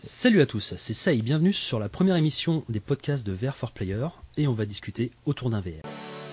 Salut à tous, c'est Saï, bienvenue sur la première émission des podcasts de VR for Player et on va discuter autour d'un VR.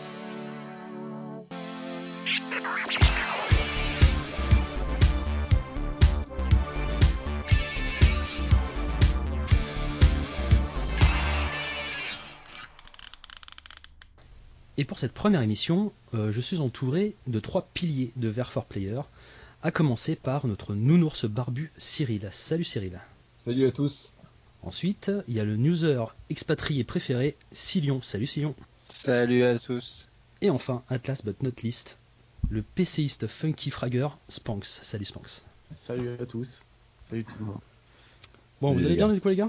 Et pour cette première émission, je suis entouré de 3 piliers de VR for Player, à commencer par notre nounours barbu Cyril. Salut Cyril. Salut à tous. Ensuite, il y a le newser expatrié préféré, Silion. Salut Silion. Salut à tous. Et enfin, Atlas but not least, le PCiste funky fragger, Spanx. Salut Spanx. Salut à tous. Salut tout le monde. Bon, Salut vous allez les gars. bien du coup les gars ?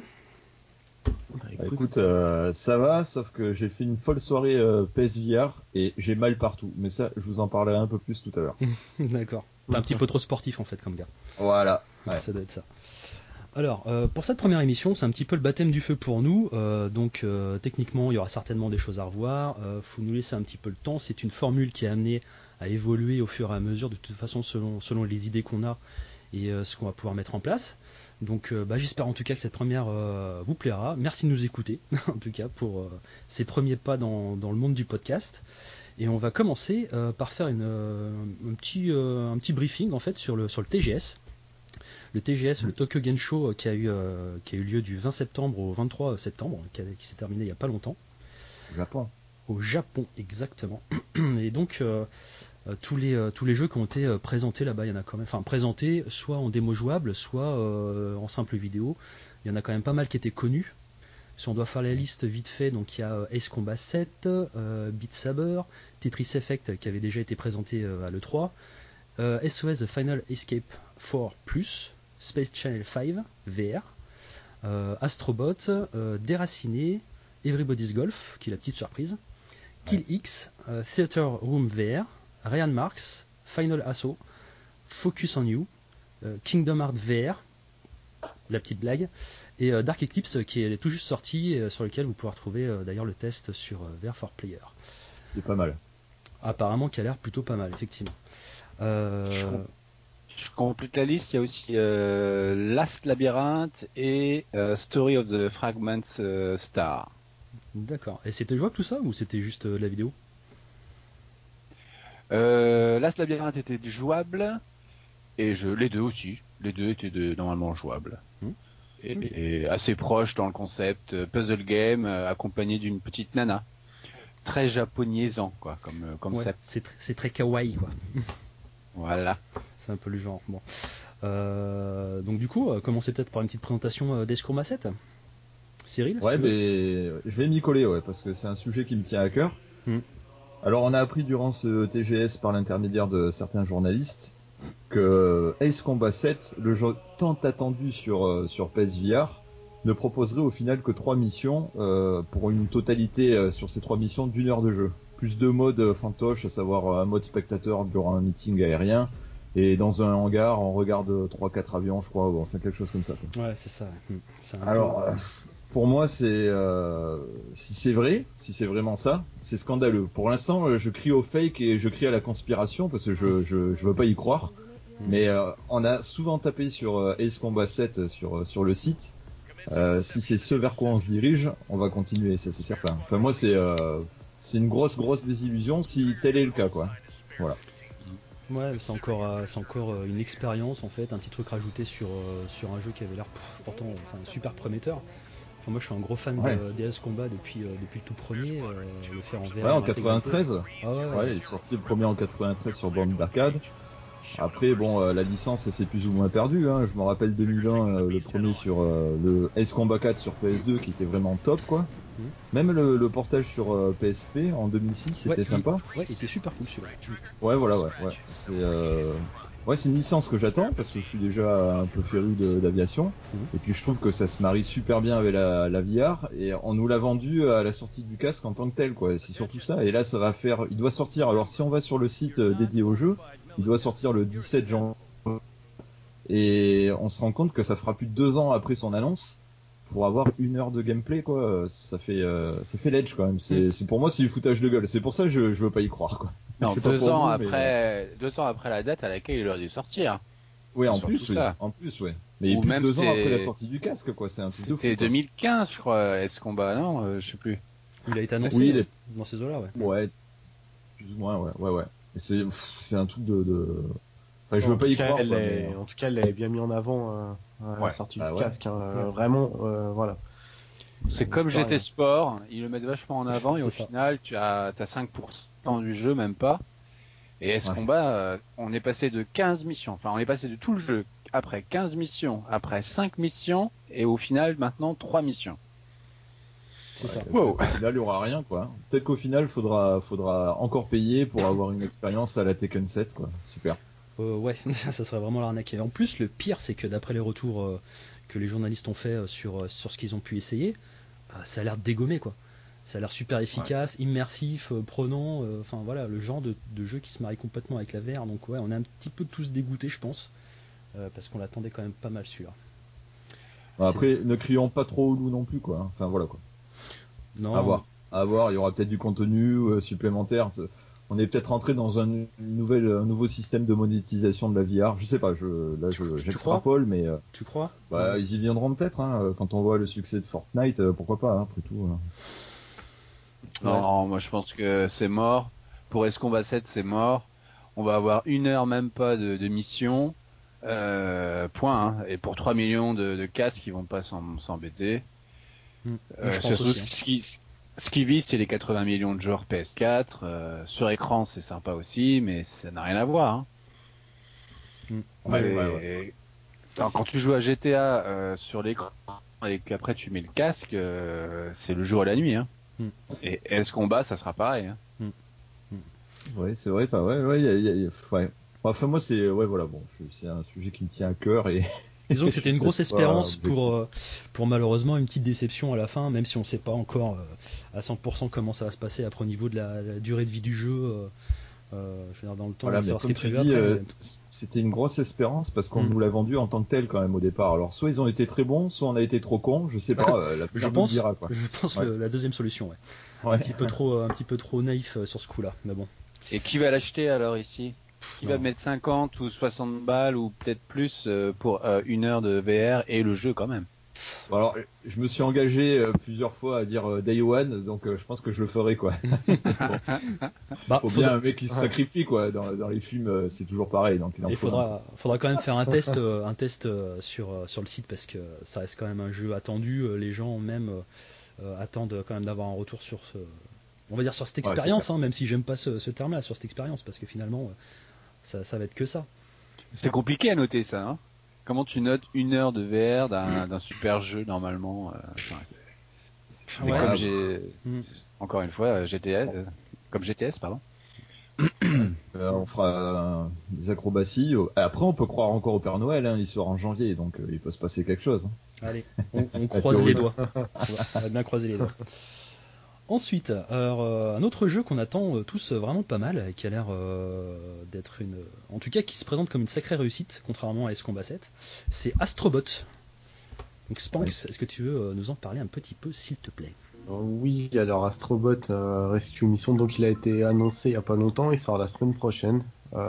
Écoute, ça va, sauf que j'ai fait une folle soirée PSVR et j'ai mal partout. Mais ça, je vous en parlerai un peu plus tout à l'heure. D'accord. T'es un petit peu trop sportif en fait comme gars. Voilà. Ouais. Ça doit être ça. Alors, pour cette première émission, c'est un petit peu le baptême du feu pour nous. Donc, techniquement, il y aura certainement des choses à revoir. Faut nous laisser un petit peu le temps. C'est une formule qui est amenée à évoluer au fur et à mesure, de toute façon, selon les idées qu'on a et ce qu'on va pouvoir mettre en place. Donc, j'espère en tout cas que cette première vous plaira. Merci de nous écouter, en tout cas, pour ces premiers pas dans le monde du podcast. Et on va commencer par faire un petit briefing en fait sur le TGS. Le TGS, le Tokyo Game Show qui a eu lieu du 20 septembre au 23 septembre, qui s'est terminé il n'y a pas longtemps. Au Japon. Au Japon, exactement. Et donc, tous les jeux qui ont été présentés là-bas, il y en a quand même, enfin présentés soit en démo jouable, soit en simple vidéo. Il y en a quand même pas mal qui étaient connus. Si on doit faire la liste vite fait, donc il y a Ace Combat 7, Beat Saber, Tetris Effect qui avait déjà été présenté à l'E3, SOS The Final Escape 4 Plus, Space Channel 5 VR, Astrobot, Déraciné, Everybody's Golf, qui est la petite surprise, Kill X, Theater Room VR, Ryan Marks, Final Assault, Focus on You, Kingdom Hearts VR, la petite blague, et Dark Eclipse qui est tout juste sorti, sur lequel vous pourrez retrouver d'ailleurs le test sur VR for Player. C'est pas mal. Apparemment qui a l'air plutôt pas mal, effectivement. Je complète la liste. Il y a aussi Last Labyrinth et Story of the Fragments Star. D'accord. Et c'était jouable tout ça ou c'était juste la vidéo ? Last Labyrinth était jouable et les deux aussi. Les deux étaient normalement jouables. Et assez proche dans le concept puzzle game accompagné d'une petite nana. Très japonisant quoi, comme concept. Ouais, c'est très kawaii quoi. Voilà. C'est un peu le genre. Bon. Donc du coup, commencez peut-être par une petite présentation d'Ace Combat 7. Cyril, Ouais, si tu veux. je vais m'y coller, ouais, parce que c'est un sujet qui me tient à cœur. Alors, on a appris durant ce TGS par l'intermédiaire de certains journalistes que Ace Combat 7, le jeu tant attendu sur PSVR, ne proposerait au final que 3 missions pour une totalité sur ces 3 missions d'1 heure de jeu. Plus 2 modes fantoches, à savoir un mode spectateur durant un meeting aérien et dans un hangar on regarde 3-4 avions je crois, ou enfin quelque chose comme ça. Ouais, c'est ça. C'est un Alors, peu... pour moi c'est si c'est vrai, si c'est vraiment ça, c'est scandaleux. Pour l'instant je crie au fake et je crie à la conspiration parce que je veux pas y croire. Mais on a souvent tapé sur Ace Combat 7 sur le site. Si c'est ce vers quoi on se dirige, on va continuer, ça c'est certain. Enfin moi c'est une grosse désillusion si tel est le cas quoi. Voilà. Ouais, c'est encore une expérience en fait, un petit truc rajouté sur un jeu qui avait l'air pourtant super prometteur. Enfin, moi je suis un gros fan des Ace Combat depuis le tout premier, le faire en VR. Ouais, en 93. Ah ouais. Ouais, il est sorti le premier en 93 sur borne d'arcade. Après, bon, la licence, elle s'est plus ou moins perdue. Hein. Je me rappelle 2001, le premier sur le Ace Combat 4 sur PS2, qui était vraiment top, quoi. Même le portage sur PSP en 2006, c'était sympa. Ouais, il était super cool celui-là. Ouais, voilà, ouais. C'est une licence que j'attends, parce que je suis déjà un peu féru d'aviation. Et puis je trouve que ça se marie super bien avec la VR, et on nous l'a vendu à la sortie du casque en tant que tel, quoi. C'est surtout ça. Et là, il doit sortir. Alors, si on va sur le site dédié au jeu, il doit sortir le 17 janvier. Et on se rend compte que ça fera plus de 2 ans après son annonce pour avoir 1 heure de gameplay, quoi. Ça fait l'edge quand même. C'est pour moi, c'est du foutage de gueule. C'est pour ça que je veux pas y croire, quoi. Non, 2 ans après la date à laquelle il aurait dû sortir. Oui, C'est en surtout plus, oui. ça. En plus, ouais. Mais Ou plus de même 2 ans c'est- après la sortie du casque, quoi. C'est un truc de fou. C'était quoi. 2015, je crois, S-Combat, non, je sais plus. Il a été annoncé Oui, dans ces eaux-là, ouais. Ouais, plus ou moins, ouais. Et c'est un truc de... Enfin, je En veux pas tout y cas, croire, quoi, mais... En tout cas, elle l'avait bien mis en avant à la Ouais. sortie Bah du ouais. casque. Hein. Ouais. Vraiment, voilà. C'est Donc, comme GT pareil. Sport, ils le mettent vachement en avant et au C'est ça. final, tu as 5% du jeu, même pas. Et S-Combat, on est passé de 15 missions, enfin on est passé de tout le jeu, après 15 missions, après 5 missions, et au final maintenant 3 missions. C'est ça. Wow. Peut-être qu'au final, il y aura rien, quoi. Peut-être qu'au final, faudra encore payer pour avoir une expérience à la Tekken 7, quoi. Super. Ouais, ça serait vraiment l'arnaque. Et en plus, le pire, c'est que d'après les retours que les journalistes ont fait sur ce qu'ils ont pu essayer, ça a l'air dégommé, quoi. Ça a l'air super efficace, immersif, prenant. Enfin voilà, le genre de jeu qui se marie complètement avec la VR. Donc ouais, on est un petit peu tous dégoûtés, je pense, parce qu'on l'attendait quand même pas mal celui-là. Bon, après, ne crions pas trop au loup non plus, quoi. Enfin, voilà, quoi. Non. À voir. Il y aura peut-être du contenu supplémentaire. On est peut-être rentré dans un nouveau système de monétisation de la VR. Je sais pas, j'extrapole, mais Tu crois ils y viendront peut-être. Hein, quand on voit le succès de Fortnite, pourquoi pas, hein, après tout. Non, moi je pense que c'est mort. Pour S-Combat 7, c'est mort. On va avoir 1 heure même pas de mission. Point. Hein. Et pour 3 millions de casques, ils vont pas s'embêter. Je pense Surtout, aussi. ce qui vise, c'est les 80 millions de joueurs PS4. Sur écran, c'est sympa aussi, mais ça n'a rien à voir. Hein. Ouais. Alors, quand tu joues à GTA sur l'écran et qu'après tu mets le casque, c'est le jour et la nuit. Hein. Et S-Combat, ça sera pareil. Hein. C'est vrai, ouais. Enfin, moi, voilà, bon, c'est un sujet qui me tient à cœur et. Disons que c'était une grosse espérance pas pour malheureusement une petite déception à la fin, même si on ne sait pas encore à 100% comment ça va se passer après au niveau de la durée de vie du jeu. Je veux dire, dans le temps, Voilà, on va mais savoir ce qui comme est tu prévu dis, après. c'était une grosse espérance parce qu'on nous l'a vendu en tant que tel quand même au départ. Alors, soit ils ont été très bons, soit on a été trop cons, je sais pas, Je l'avenir nous le pense, dira, quoi. la deuxième solution, ouais. Ouais. Un petit peu trop naïf sur ce coup-là, mais bon. Et qui va l'acheter alors ici? Qui va mettre 50 ou 60 balles ou peut-être plus pour 1 heure de VR et le jeu quand même? Bon, alors, je me suis engagé plusieurs fois à dire Day One, donc je pense que je le ferai, quoi. Faut bien un mec qui se sacrifie, quoi. Dans les films, c'est toujours pareil, donc il faudra quand même faire un test, sur le site parce que ça reste quand même un jeu attendu. Les gens même attendent quand même d'avoir un retour sur on va dire sur cette expérience, même si j'aime pas ce terme-là, sur cette expérience, parce que finalement, ça va être que ça. C'est compliqué à noter ça. Hein. Comment tu notes 1 heure de VR d'un super jeu normalement c'est comme encore une fois GTS, comme GTS pardon. On fera des acrobaties. Après, on peut croire encore au Père Noël, hein, il sort en janvier, donc il peut se passer quelque chose. Allez, on croise les doigts. On va bien croiser les doigts. Ensuite, un autre jeu qu'on attend tous vraiment pas mal, qui a l'air d'être en tout cas qui se présente comme une sacrée réussite, contrairement à S-Combat 7, c'est Astrobot. Donc Spanx, est-ce que tu veux nous en parler un petit peu, s'il te plaît? Oui, alors Astrobot Rescue Mission, donc il a été annoncé il y a pas longtemps, il sort la semaine prochaine.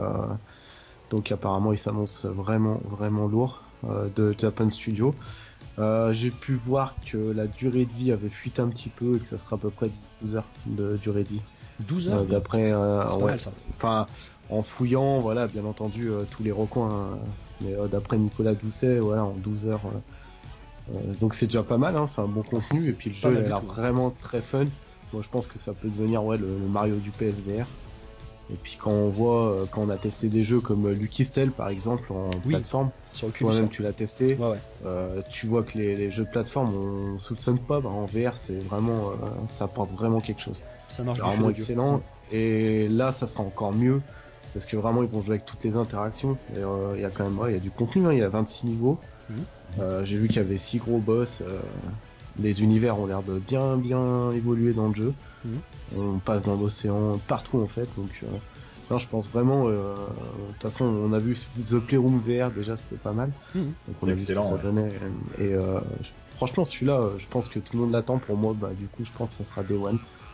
Donc apparemment il s'annonce vraiment vraiment lourd de Japan Studio. J'ai pu voir que la durée de vie avait fuité un petit peu et que ça sera à peu près 12 heures de durée de vie. 12 heures d'après c'est pas mal ça. Enfin, en fouillant, voilà, bien entendu tous les recoins, hein, mais d'après Nicolas Doucet, voilà, en 12 heures. Donc c'est déjà pas mal, hein, c'est un bon contenu et puis le jeu a l'air vraiment très fun. Moi je pense que ça peut devenir le Mario du PSVR. Et puis quand on voit, quand on a testé des jeux comme Lucky Stell par exemple en plateforme, toi-même tu l'as testé, tu vois que les jeux de plateforme on soupçonne pas, en VR c'est vraiment, ça apporte vraiment quelque chose. Ça marche, c'est vraiment excellent. Et là ça sera encore mieux parce que vraiment ils vont jouer avec toutes les interactions. Il y a quand même, il y a du contenu, hein, il y a 26 niveaux. J'ai vu qu'il y avait 6 gros boss. Les univers ont l'air de bien évoluer dans le jeu. On passe dans l'océan partout en fait. Donc non, je pense vraiment. De toute façon, on a vu The Playroom VR déjà, c'était pas mal. Donc on a vu ce que ça donnait. Et franchement, celui-là, je pense que tout le monde l'attend. Pour moi, du coup, je pense que ça sera Day One.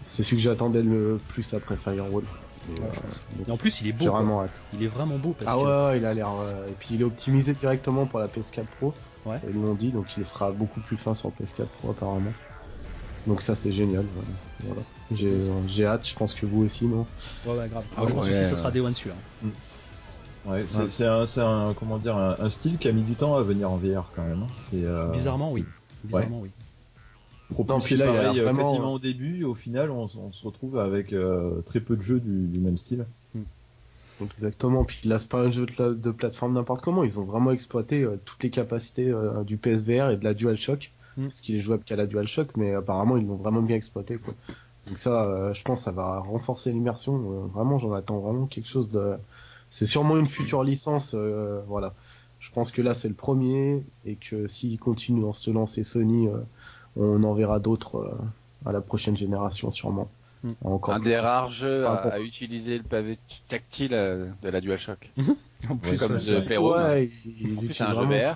c'est celui que j'attendais le plus après Firewall. Et en plus, il est beau. Vraiment il est vraiment beau parce que... il a l'air. Et puis il est optimisé directement pour la PS4 Pro. Ouais. Ça, ils l'ont dit, donc il sera beaucoup plus fin sur PS4 Pro apparemment. Donc ça c'est génial. Voilà. J'ai hâte. Je pense que vous aussi, non? Ouais, grave. Je pense aussi que ça sera Day One celui-là. Ouais, c'est un comment dire un style qui a mis du temps à venir en VR quand même. Bizarrement, oui. Oui. Propulsé là, pareil, vraiment... quasiment au début, au final, on se retrouve avec très peu de jeux du même style. Exactement. Puis là, c'est pas un jeu de plateforme n'importe comment. Ils ont vraiment exploité toutes les capacités du PSVR et de la DualShock, parce qu'il est jouable qu'à la DualShock, mais apparemment ils l'ont vraiment bien exploité, quoi. Donc ça, je pense, ça va renforcer l'immersion. Vraiment, j'en attends vraiment quelque chose de. C'est sûrement une future licence, voilà. Je pense que là, c'est le premier, et que s'ils continuent dans se lancer Sony, on en verra d'autres à la prochaine génération, sûrement. Un des rares jeux à utiliser le pavé tactile de la DualShock. En plus, comme The Playroom. Ouais, en plus, c'est un jeu VR.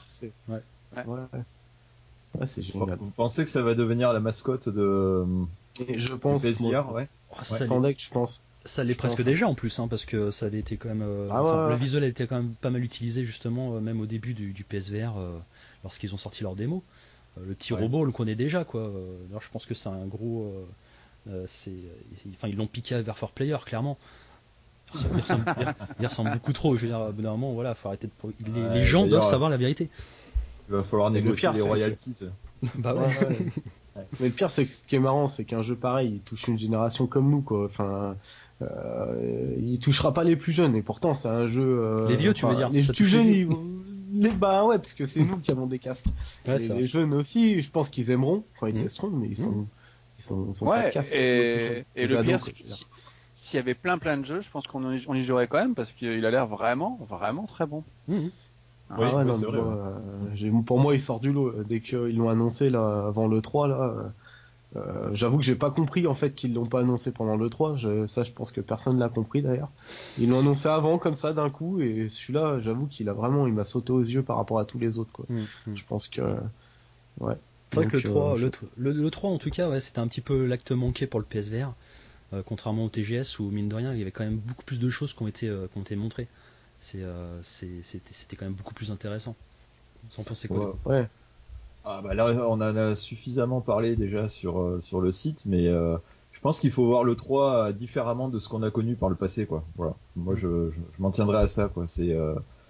Ouais, c'est génial. Vous pensez que ça va devenir la mascotte de et je pense du PSVR, ouais. Sans deck, je pense. Ça l'est presque déjà en plus, parce que ça avait été quand même. Le visuel a été quand même pas mal utilisé justement, même au début du PSVR, lorsqu'ils ont sorti leur démo. Le petit robot, on le connaît déjà, quoi. Alors, je pense que c'est un gros. Ils l'ont piqué vers 4Player, clairement. Il ressemble beaucoup trop. Je veux dire, au bout d'un moment, voilà, faut arrêter de. Les gens doivent savoir la vérité. Il va falloir négocier les royalties. Bah ouais. Mais le pire, c'est que ce qui est marrant, c'est qu'un jeu pareil, il touche une génération comme nous, quoi. Enfin, il touchera pas les plus jeunes, et pourtant, c'est un jeu. Les vieux, tu veux dire? Les plus jeunes, bah ouais, parce que c'est nous qui avons des casques. Ouais, les jeunes aussi, je pense qu'ils aimeront. Enfin, ils testeront, mais ils sont pas de casques. Et le pire, c'est que s'il y avait plein de jeux, je pense qu'on y jouerait quand même, parce qu'il a l'air vraiment très bon. Oui, c'est vrai. Pour moi, il sort du lot. Dès qu'ils l'ont annoncé là avant l'E3 là, j'avoue que j'ai pas compris en fait qu'ils l'ont pas annoncé pendant l'E3. Je pense que personne l'a compris d'ailleurs. Ils l'ont annoncé avant comme ça d'un coup, et celui-là, j'avoue qu'il m'a sauté aux yeux par rapport à tous les autres, quoi. Je pense que ouais. C'est vrai que le 3 en tout cas, ouais, c'était un petit peu l'acte manqué pour le PSVR. Contrairement au TGS où mine de rien il y avait quand même beaucoup plus de choses qui ont été montrées. C'était quand même beaucoup plus intéressant. Vous en pensez quoi? Ouais. Ah bah là on en a suffisamment parlé déjà sur le site, mais je pense qu'il faut voir le 3 différemment de ce qu'on a connu par le passé, quoi. Voilà. Moi je m'en tiendrai à ça, quoi. C'est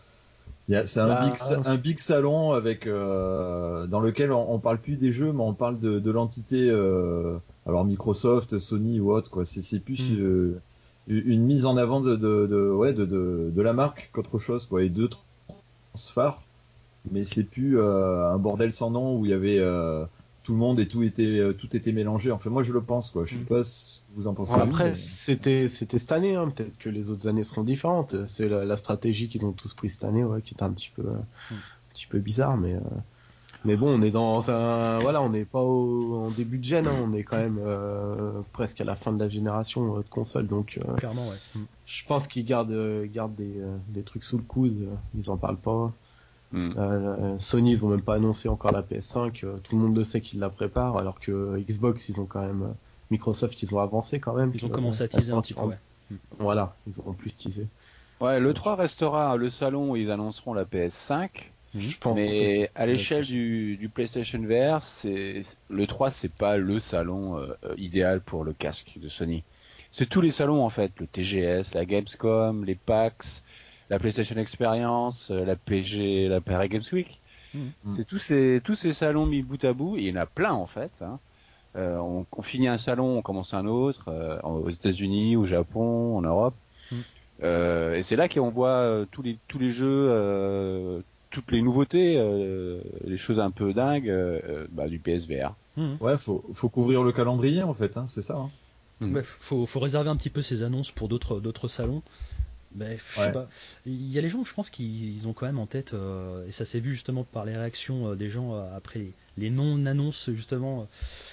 un big salon avec dans lequel on parle plus des jeux, mais on parle de l'entité alors Microsoft, Sony ou autre, quoi. C'est plus une mise en avant de la marque qu'autre chose, quoi, et deux phares, mais c'est plus un bordel sans nom où il y avait tout le monde et tout était mélangé. Enfin moi je le pense, quoi. Je sais pas ce que vous en pensez. Après c'était cette année, hein. Peut-être que les autres années seront différentes. C'est la stratégie qu'ils ont tous pris cette année, ouais, qui est un petit peu bizarre, mais bon, on est dans on n'est pas en début de gène, hein. On est quand même presque à la fin de la génération de consoles, donc clairement, ouais. Je pense qu'ils gardent des trucs sous le coude. Ils en parlent pas. Sony, ils ont même pas annoncé encore la PS5. Tout le monde le sait qu'ils la préparent, alors que Xbox, ils ont quand même Microsoft, ils ont avancé quand même. Ils ont commencé à teaser un petit peu, ouais. Voilà, ils ont plus teasé. Ouais, le 3 restera le salon où ils annonceront la PS5. Je pense, mais à l'échelle du PlayStation VR, le 3, c'est pas le salon idéal pour le casque de Sony. C'est tous les salons en fait, le TGS, la Gamescom, les PAX, la PlayStation Experience, la Paris Games Week. C'est tous ces salons mis bout à bout, et il y en a plein en fait. On finit un salon, on commence un autre, aux États-Unis, au Japon, en Europe. Et c'est là qu'on voit tous les jeux, toutes les nouveautés, les choses un peu dingues du PSVR. Ouais, faut couvrir le calendrier en fait, hein, c'est ça. Hein. Ouais, faut réserver un petit peu ces annonces pour d'autres salons. Ben, je sais pas. Il y a les gens, je pense qu'ils ont quand même en tête, et ça s'est vu justement par les réactions des gens après les non-annonces justement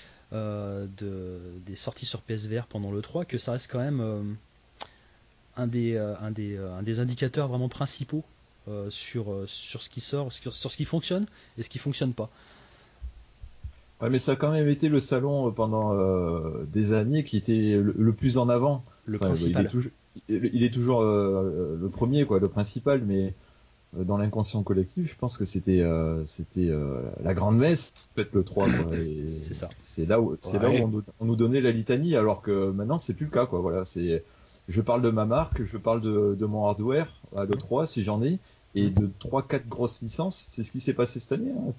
des sorties sur PSVR pendant le 3, que ça reste quand même un des indicateurs vraiment principaux sur ce qui sort, sur ce qui fonctionne et ce qui fonctionne pas. Ouais, mais ça a quand même été le salon pendant des années qui était le plus en avant. Le principal. Il est toujours le premier, quoi, le principal, mais dans l'inconscient collectif, je pense que c'était la grande messe, peut-être le 3, quoi. Et c'est ça. C'est là où on nous donnait la litanie, alors que maintenant c'est plus le cas, quoi. Voilà, je parle de ma marque, je parle de mon hardware à l'E3 si j'en ai, et de 3-4 grosses licences. C'est ce qui s'est passé cette année, hein,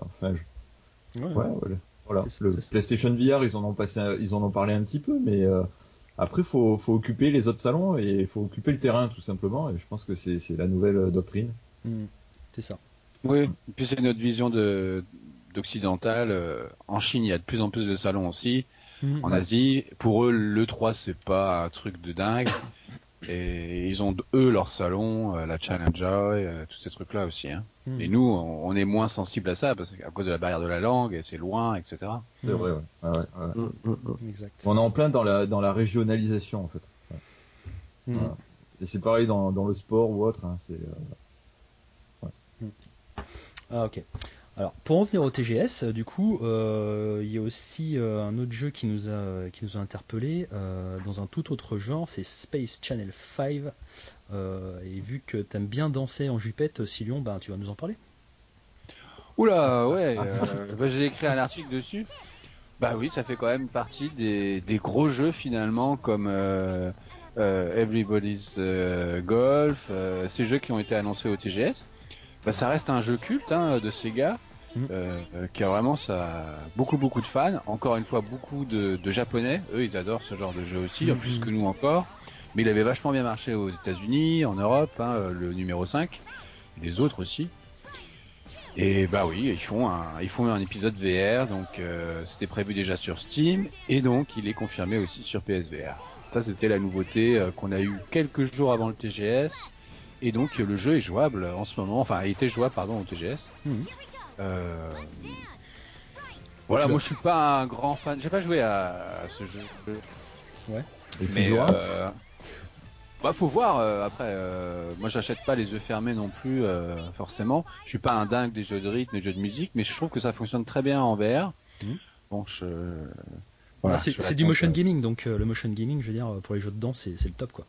voilà. Le PlayStation VR, ils en ont parlé un petit peu, mais après faut occuper les autres salons et faut occuper le terrain tout simplement. Et je pense que c'est la nouvelle doctrine. C'est ça. Oui. Et puis c'est notre vision d'occidental. En Chine, il y a de plus en plus de salons aussi. En Asie, pour eux, l'E3 c'est pas un truc de dingue. Et ils ont eux leur salon, la Challenger, tous ces trucs-là aussi. Hein. Et nous, on est moins sensible à ça parce qu'à cause de la barrière de la langue, et c'est loin, etc. C'est vrai, ouais. Exact. On est en plein dans la régionalisation en fait. Voilà. Et c'est pareil dans le sport ou autre. Hein, Ah ok. Alors pour en venir au TGS, du coup, il y a aussi un autre jeu qui nous a interpellé dans un tout autre genre, c'est Space Channel 5. Et vu que t'aimes bien danser en jupette, Silion, ben tu vas nous en parler. Oula, ouais. J'ai écrit un article dessus. Bah oui, ça fait quand même partie des gros jeux finalement comme Everybody's Golf, ces jeux qui ont été annoncés au TGS. Bah ça reste un jeu culte hein, de Sega. Qui a vraiment beaucoup de fans, encore une fois beaucoup de japonais, eux ils adorent ce genre de jeu aussi, en plus que nous encore, mais il avait vachement bien marché aux États-Unis, en Europe, hein, le numéro 5, et les autres aussi. Et bah oui, ils font un épisode VR, donc c'était prévu déjà sur Steam, et donc il est confirmé aussi sur PSVR. Ça c'était la nouveauté qu'on a eu quelques jours avant le TGS, et donc le jeu est jouable en ce moment, enfin il était jouable pardon au TGS. Voilà, moi je suis pas un grand fan, j'ai pas joué à ce jeu. Ouais. Mais bah faut voir après. Moi j'achète pas les yeux fermés non plus forcément. Je suis pas un dingue des jeux de rythme, des jeux de musique, mais je trouve que ça fonctionne très bien en VR. Donc voilà, c'est du motion gaming, donc le motion gaming, je veux dire, pour les jeux de danse, c'est le top quoi.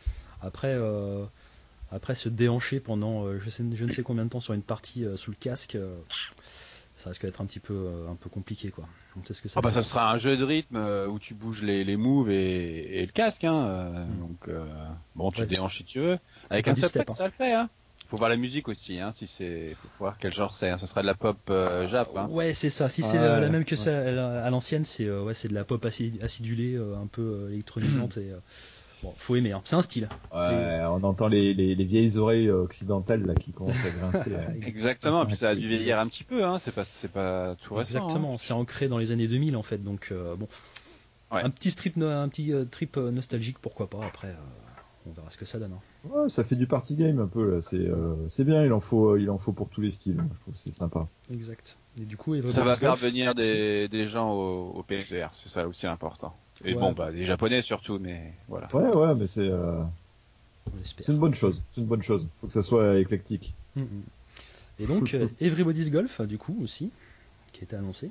Après se déhancher pendant je ne sais combien de temps sur une partie sous le casque, ça risque d'être un peu compliqué quoi. Donc, ce que ça ça sera un jeu de rythme où tu bouges les moves et le casque hein. Donc bon tu te déhanches si tu veux. Avec un seul clic ça le fait hein. Faut voir la musique aussi hein, faut voir quel genre c'est hein. Ça sera de la pop jap hein. Ouais, c'est ça. Si c'est la même que ça à l'ancienne, c'est de la pop acidulée un peu électronisante et bon, faut aimer hein. C'est un style. Ouais, on entend les vieilles oreilles occidentales là qui commencent à grincer. Exactement, puis ça a dû vieillir un petit peu hein, c'est pas tout récent. Exactement, hein. C'est ancré dans les années 2000 en fait. Donc bon. Ouais. Un petit trip nostalgique, pourquoi pas. Après, on verra ce que ça donne. Hein. Ouais, ça fait du party game un peu là. C'est bien. Il en faut pour tous les styles. Je trouve que c'est sympa. Exact. Et du coup, ça va faire venir des gens au PSVR, c'est ça aussi important. Et bon, des Japonais surtout, mais voilà. Ouais, mais c'est une bonne chose. C'est une bonne chose. Faut que ça soit éclectique. Et donc, Everybody's Golf, du coup aussi, qui a été annoncé.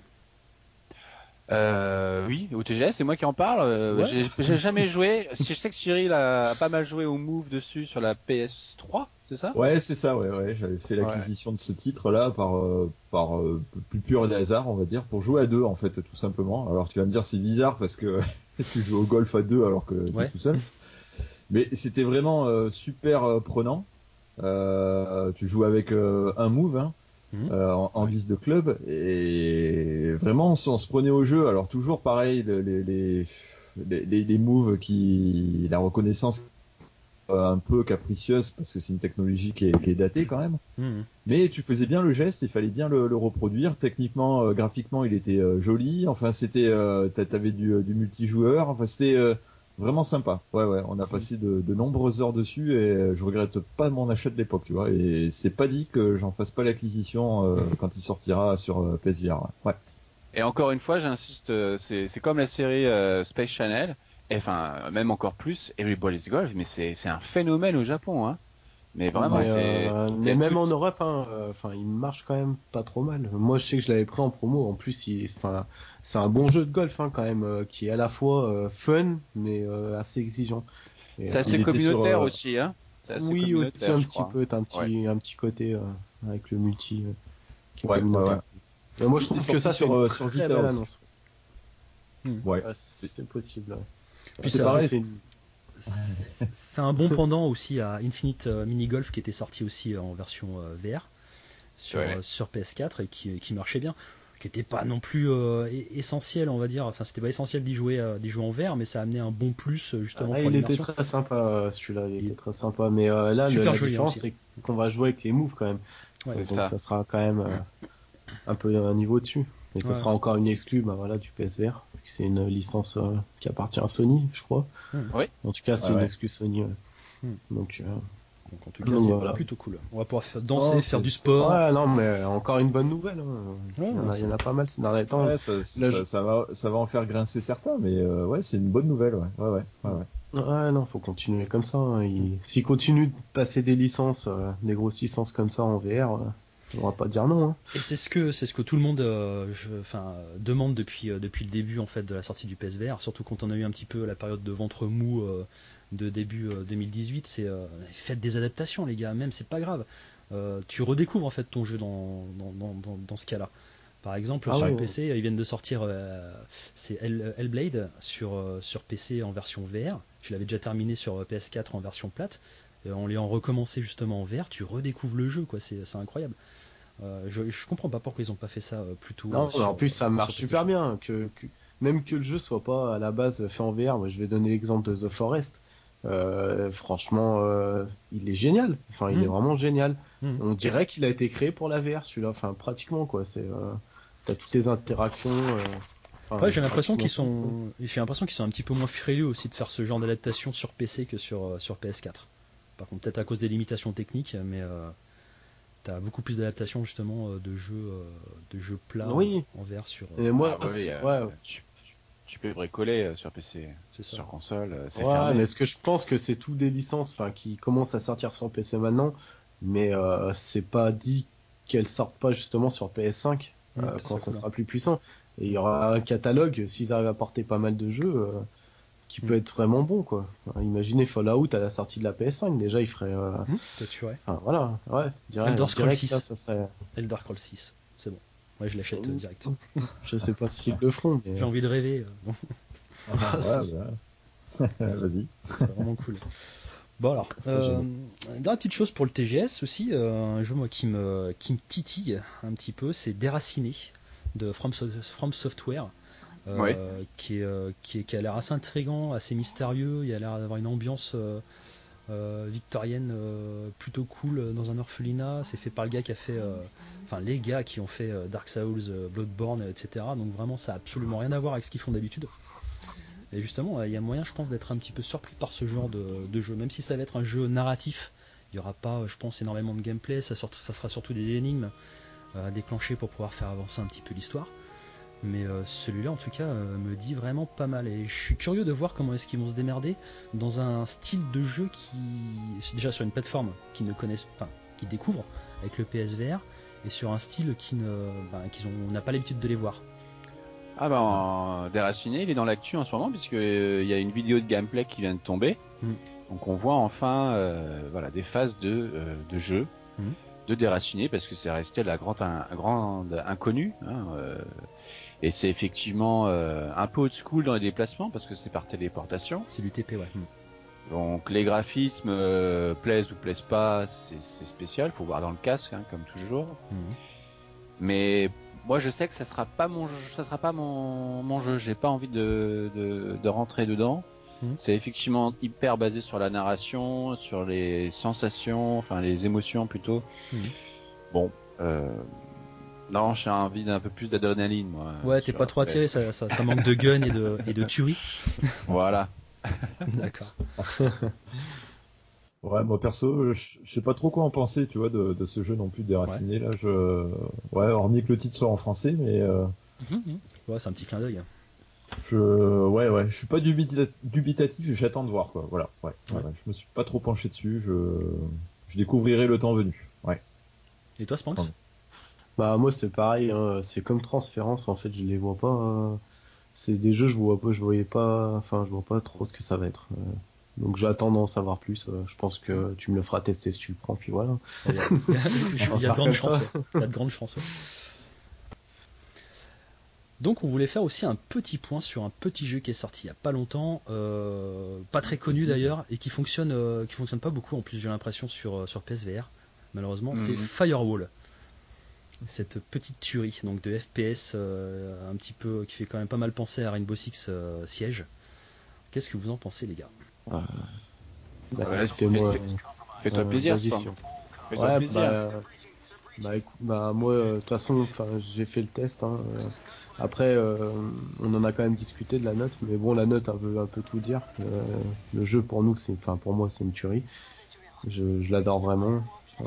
Oui, au TGS, c'est moi qui en parle. J'ai jamais joué. Je sais que Cyril a pas mal joué au Move dessus sur la PS3, c'est ça? Ouais, c'est ça. Ouais. J'avais fait l'acquisition de ce titre-là par plus pur des hasards, on va dire, pour jouer à deux en fait, tout simplement. Alors tu vas me dire c'est bizarre parce que tu joues au golf à deux alors que t'es tout seul. Mais c'était vraiment super prenant. Tu joues avec un move. Hein. En guise de club et vraiment on se prenait au jeu alors toujours pareil les moves qui la reconnaissance un peu capricieuse parce que c'est une technologie qui est datée quand même mais tu faisais bien le geste il fallait bien le reproduire techniquement graphiquement il était joli enfin c'était t'avais du multijoueur enfin c'était vraiment sympa. Ouais, on a passé de nombreuses heures dessus et je regrette pas mon achat de l'époque, tu vois. Et c'est pas dit que j'en fasse pas l'acquisition quand il sortira sur PSVR. Ouais. Et encore une fois, j'insiste, c'est comme la série Space Channel, et enfin même encore plus Everybody's Golf, mais c'est un phénomène au Japon. Hein. Mais vraiment, mais même en Europe, il marche quand même pas trop mal. Moi, je sais que je l'avais pris en promo. En plus, c'est un bon jeu de golf quand même, qui est à la fois fun, mais assez exigeant. C'est assez communautaire aussi, hein. Oui, aussi un petit peu. T'as un petit côté avec le multi qui est communautaire. Ouais. Moi, je trouve que ça, c'est une très belle annonce. Ouais, c'est possible. Puis c'est pareil. C'est un bon pendant aussi à Infinite Mini Golf qui était sorti aussi en version VR sur PS4 et qui marchait bien, qui était pas non plus essentiel, on va dire. Enfin, c'était pas essentiel d'y jouer en VR, mais ça a amené un bon plus justement pour l'immersion. Il était très sympa celui-là, il était très sympa. Mais là, la différence, c'est qu'on va jouer avec les moves quand même. Ouais, donc ça sera quand même un peu un niveau dessus. Et ça sera encore une exclue du PSVR. C'est une licence qui appartient à Sony, je crois. Oui. En tout cas, c'est une exclue Sony. Donc en tout cas, c'est plutôt cool. On va pouvoir danser, faire du sport. Ouais, non, mais encore une bonne nouvelle. Il y en a pas mal ces derniers temps. Ouais, ça va en faire grincer certains, mais c'est une bonne nouvelle. Ouais, non, faut continuer comme ça. S'ils continuent de passer des licences, des grosses licences comme ça en VR, on va pas dire non. Hein. Et c'est ce que tout le monde demande depuis le début en fait de la sortie du PSVR, surtout quand on a eu un petit peu la période de ventre mou de début 2018. C'est faites des adaptations, les gars. Même c'est pas grave. Tu redécouvres en fait ton jeu dans ce cas-là. Par exemple, sur le PC, ils viennent de sortir c'est Hellblade sur PC en version VR. Je l'avais déjà terminé sur PS4 en version plate. En l'ayant recommencé justement en VR, tu redécouvres le jeu, quoi. C'est incroyable. Je comprends pas pourquoi ils ont pas fait ça plus tôt. Non, en plus ça marche super bien. Même que le jeu soit pas à la base fait en VR. Moi, je vais donner l'exemple de The Forest. Franchement, il est génial. Enfin, il est vraiment génial. On dirait qu'il a été créé pour la VR, celui-là. Enfin, pratiquement quoi. T'as toutes les interactions. J'ai l'impression qu'ils sont un petit peu moins frileux aussi de faire ce genre d'adaptation sur PC que sur PS4. Par contre, peut-être à cause des limitations techniques, mais t'as beaucoup plus d'adaptations justement de jeux plats en VR sur. Et moi, tu peux bricoler sur PC, sur console, c'est fermé. Mais ce que je pense que c'est tout des licences, qui commencent à sortir sur PC maintenant, mais c'est pas dit qu'elles sortent pas justement sur PS5 quand ça sera plus puissant. Et il y aura un catalogue s'ils arrivent à porter pas mal de jeux. Qui peut être vraiment bon quoi. Imaginez Fallout à la sortie de la PS5 déjà il ferait voilà, Elder Scrolls 6. Là, ça serait Elder Scrolls 6, c'est bon. Ouais, je l'achète direct. Je sais pas s'ils le feront mais j'ai envie de rêver. Vas-y. C'est vraiment cool. Bon alors, dernière petite chose pour le TGS aussi, un jeu moi qui me titille un petit peu, c'est Déraciné de From Software. Qui a l'air assez intriguant, assez mystérieux. Il a l'air d'avoir une ambiance victorienne plutôt cool dans un orphelinat. C'est fait par le gars qui a fait, les gars qui ont fait Dark Souls, Bloodborne, etc. Donc vraiment, ça a absolument rien à voir avec ce qu'ils font d'habitude. Et justement, il y a moyen, je pense, d'être un petit peu surpris par ce genre de jeu, même si ça va être un jeu narratif. Il n'y aura pas, je pense, énormément de gameplay. Ça sera surtout des énigmes à déclencher pour pouvoir faire avancer un petit peu l'histoire. Mais celui-là en tout cas me dit vraiment pas mal et je suis curieux de voir comment est-ce qu'ils vont se démerder dans un style de jeu qui déjà sur une plateforme qu'ils ne connaissent pas, qu'ils découvrent avec le PSVR et sur un style on n'a pas l'habitude de les voir. Déraciné, il est dans l'actu en ce moment puisque il y a une vidéo de gameplay qui vient de tomber. Donc on voit enfin des phases de jeu de Déraciné parce que c'est resté la grande inconnue. Et c'est effectivement un peu old school dans les déplacements parce que c'est par téléportation. C'est l'UTP, ouais. Donc les graphismes plaisent ou plaisent pas, c'est spécial, faut voir dans le casque comme toujours. Mais moi je sais que ça sera pas mon jeu, j'ai pas envie de rentrer dedans. C'est effectivement hyper basé sur la narration, sur les sensations, les émotions plutôt. Bon, non, j'ai envie d'un peu plus d'adrénaline, moi. Ouais, t'es pas trop attiré, ça manque de gun et de tuerie. Voilà. D'accord. Ouais, moi perso, je sais pas trop quoi en penser, tu vois, de ce jeu non plus déraciné là. Hormis que le titre soit en français, mais. Ouais, c'est un petit clin d'œil. Je suis pas dubitatif, j'attends de voir quoi. Voilà. Je me suis pas trop penché dessus. je découvrirai le temps venu. Ouais. Et toi, Spanx? Bah moi c'est pareil, hein. C'est comme Transférence en fait, je les vois pas. C'est des jeux je vois pas trop ce que ça va être. Donc j'attends d'en savoir plus. Je pense que tu me le feras tester si tu le prends, puis voilà. Il y a de grandes chances. Ouais. Il y a de grandes chances. Ouais. Donc on voulait faire aussi un petit point sur un petit jeu qui est sorti il y a pas longtemps, pas très connu d'ailleurs, et qui fonctionne pas beaucoup en plus, j'ai l'impression, sur PSVR, malheureusement. C'est Firewall. Cette petite tuerie donc de FPS un petit peu qui fait quand même pas mal penser à Rainbow Six Siege. Qu'est-ce que vous en pensez, les gars? Fais-toi plaisir, vas-y, Spanx. Ouais, bah moi de toute façon j'ai fait le test hein. Après on en a quand même discuté de la note, mais bon, la note un peu tout dire. Le jeu pour moi c'est une tuerie. Je l'adore vraiment.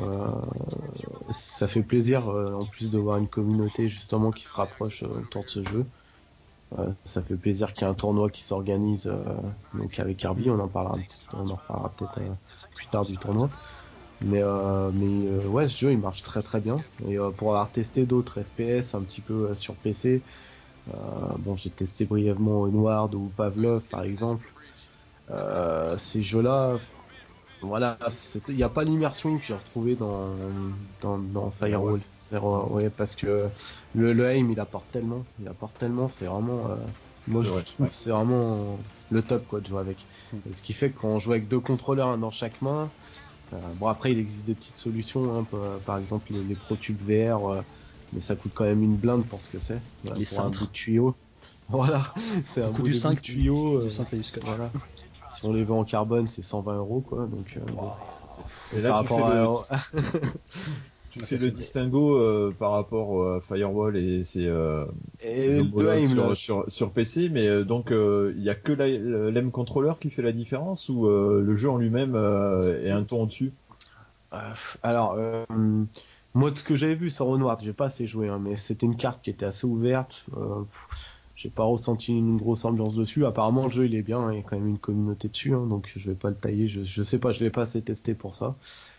Ça fait plaisir en plus de voir une communauté justement qui se rapproche autour de ce jeu. Ça fait plaisir qu'il y ait un tournoi qui s'organise donc avec Kirby. On en reparlera peut-être plus tard du tournoi. Mais ouais, ce jeu il marche très très bien. Et pour avoir testé d'autres FPS un petit peu sur PC, bon, j'ai testé brièvement Onward ou Pavlov par exemple. Ces jeux-là, voilà, il n'y a pas l'immersion que j'ai retrouvée dans Firewall. Ouais, parce que le aim il apporte tellement, c'est vraiment, moi je trouve que c'est vraiment le top quoi de jouer avec. Et ce qui fait que quand on joue avec 2 contrôleurs dans chaque main, bon après il existe des petites solutions, hein, par exemple les ProTube VR, mais ça coûte quand même une blinde pour ce que c'est. Les pour un cintres. bout de tuyau. Voilà, c'est un bout de tuyau. Du cintre et du scotch. Voilà. Si on les vend en carbone, c'est 120 € quoi. Donc bon. Et là, par rapport à... tu fais le distinguo par rapport à Firewall et ses homologues sur PC, mais donc il y a que l'M controller qui fait la différence ou le jeu en lui-même est un ton au-dessus? Alors, moi de ce que j'avais vu sur Onward, j'ai pas assez joué, hein, mais c'était une carte qui était assez ouverte. J'ai pas ressenti une grosse ambiance dessus. Apparemment, le jeu il est bien, hein, il y a quand même une communauté dessus, hein, donc je vais pas le tailler. Je sais pas, je l'ai pas assez testé pour ça.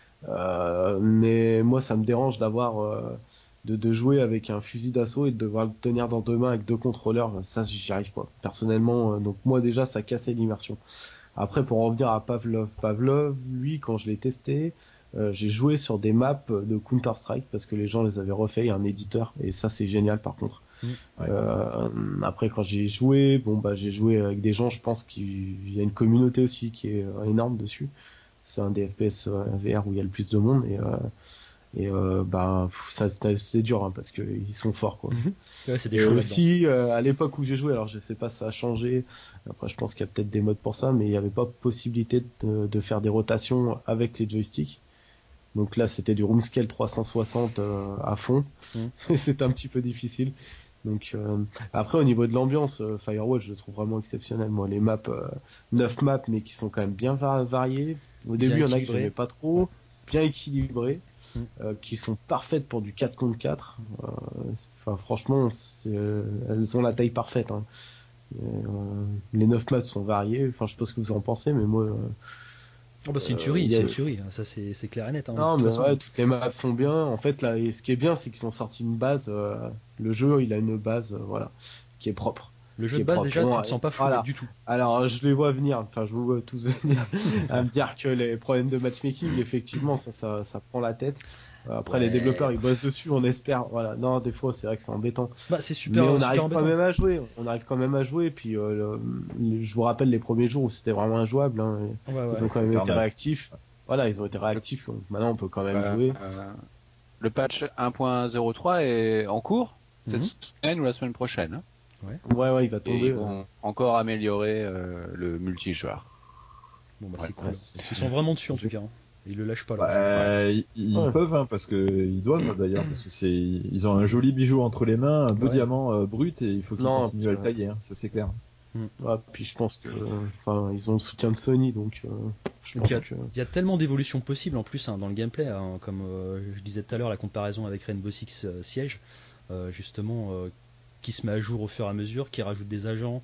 Mais moi, ça me dérange d'avoir de jouer avec un fusil d'assaut et de devoir le tenir dans 2 mains avec 2 contrôleurs. Ça, j'y arrive pas. Personnellement, donc moi déjà, ça cassait l'immersion. Après, pour en revenir à Pavlov, lui, quand je l'ai testé, j'ai joué sur des maps de Counter-Strike parce que les gens les avaient refait, il y a un éditeur, et ça c'est génial par contre. Après, quand j'ai joué, bon bah j'ai joué avec des gens, je pense qu'il y a une communauté aussi qui est énorme dessus. C'est un des FPS VR où il y a le plus de monde, ça c'est dur hein, parce que ils sont forts quoi. Ouais, c'est des Et chauds aussi à l'époque où j'ai joué, alors je sais pas si ça a changé, après je pense qu'il y a peut-être des modes pour ça, mais il n'y avait pas possibilité de faire des rotations avec les joysticks. Donc là c'était du room scale 360 à fond, et c'était un petit peu difficile. Donc après au niveau de l'ambiance, Firewall je le trouve vraiment exceptionnel. Moi les maps, 9 maps mais qui sont quand même bien variées. Au début il y en a que j'aimais pas trop, bien équilibrées. Qui sont parfaites pour du 4 contre 4. Enfin, franchement, elles ont la taille parfaite. Hein. Les 9 maps sont variés. Enfin, je sais pas ce que vous en pensez, mais moi. C'est une tuerie, c'est une tuerie. Ça, c'est clair et net. Hein, non, mais ouais, toutes les maps sont bien. En fait, là, et ce qui est bien, c'est qu'ils ont sorti une base. Le jeu, il a une base, voilà, qui est propre. Le jeu de base, déjà, tu te sens pas fou du tout. Alors, je les vois venir, enfin, je vous vois tous venir à me dire que les problèmes de matchmaking, effectivement, ça prend la tête. Après, les développeurs, ils bossent dessus, on espère. Voilà. Non, des fois, c'est vrai que c'est embêtant. C'est super. Mais on arrive embêtant. quand même à jouer. On arrive quand même à jouer. Puis, je vous rappelle les premiers jours où c'était vraiment injouable. Hein. Ils ont quand même été réactifs. Voilà, ils ont été réactifs. Donc maintenant, on peut quand même jouer. Le patch 1.03 est en cours cette semaine ou la semaine prochaine. Hein. Ouais, il va tomber. Ils vont encore améliorer le multijoueur. Bon, c'est cool. Ils sont vraiment dessus en tout cas. Hein. Ils le lâchent pas là. Ils peuvent, hein, parce que ils doivent d'ailleurs, parce que ils ont un joli bijou entre les mains, un beau diamant brut, et il faut qu'ils continuent à le tailler. Hein, ça c'est clair. Puis je pense que, ils ont le soutien de Sony, donc. Il y a tellement d'évolutions possibles en plus dans le gameplay, hein, comme je disais tout à l'heure, la comparaison avec Rainbow Six Siege, justement, qui se met à jour au fur et à mesure, qui rajoute des agents,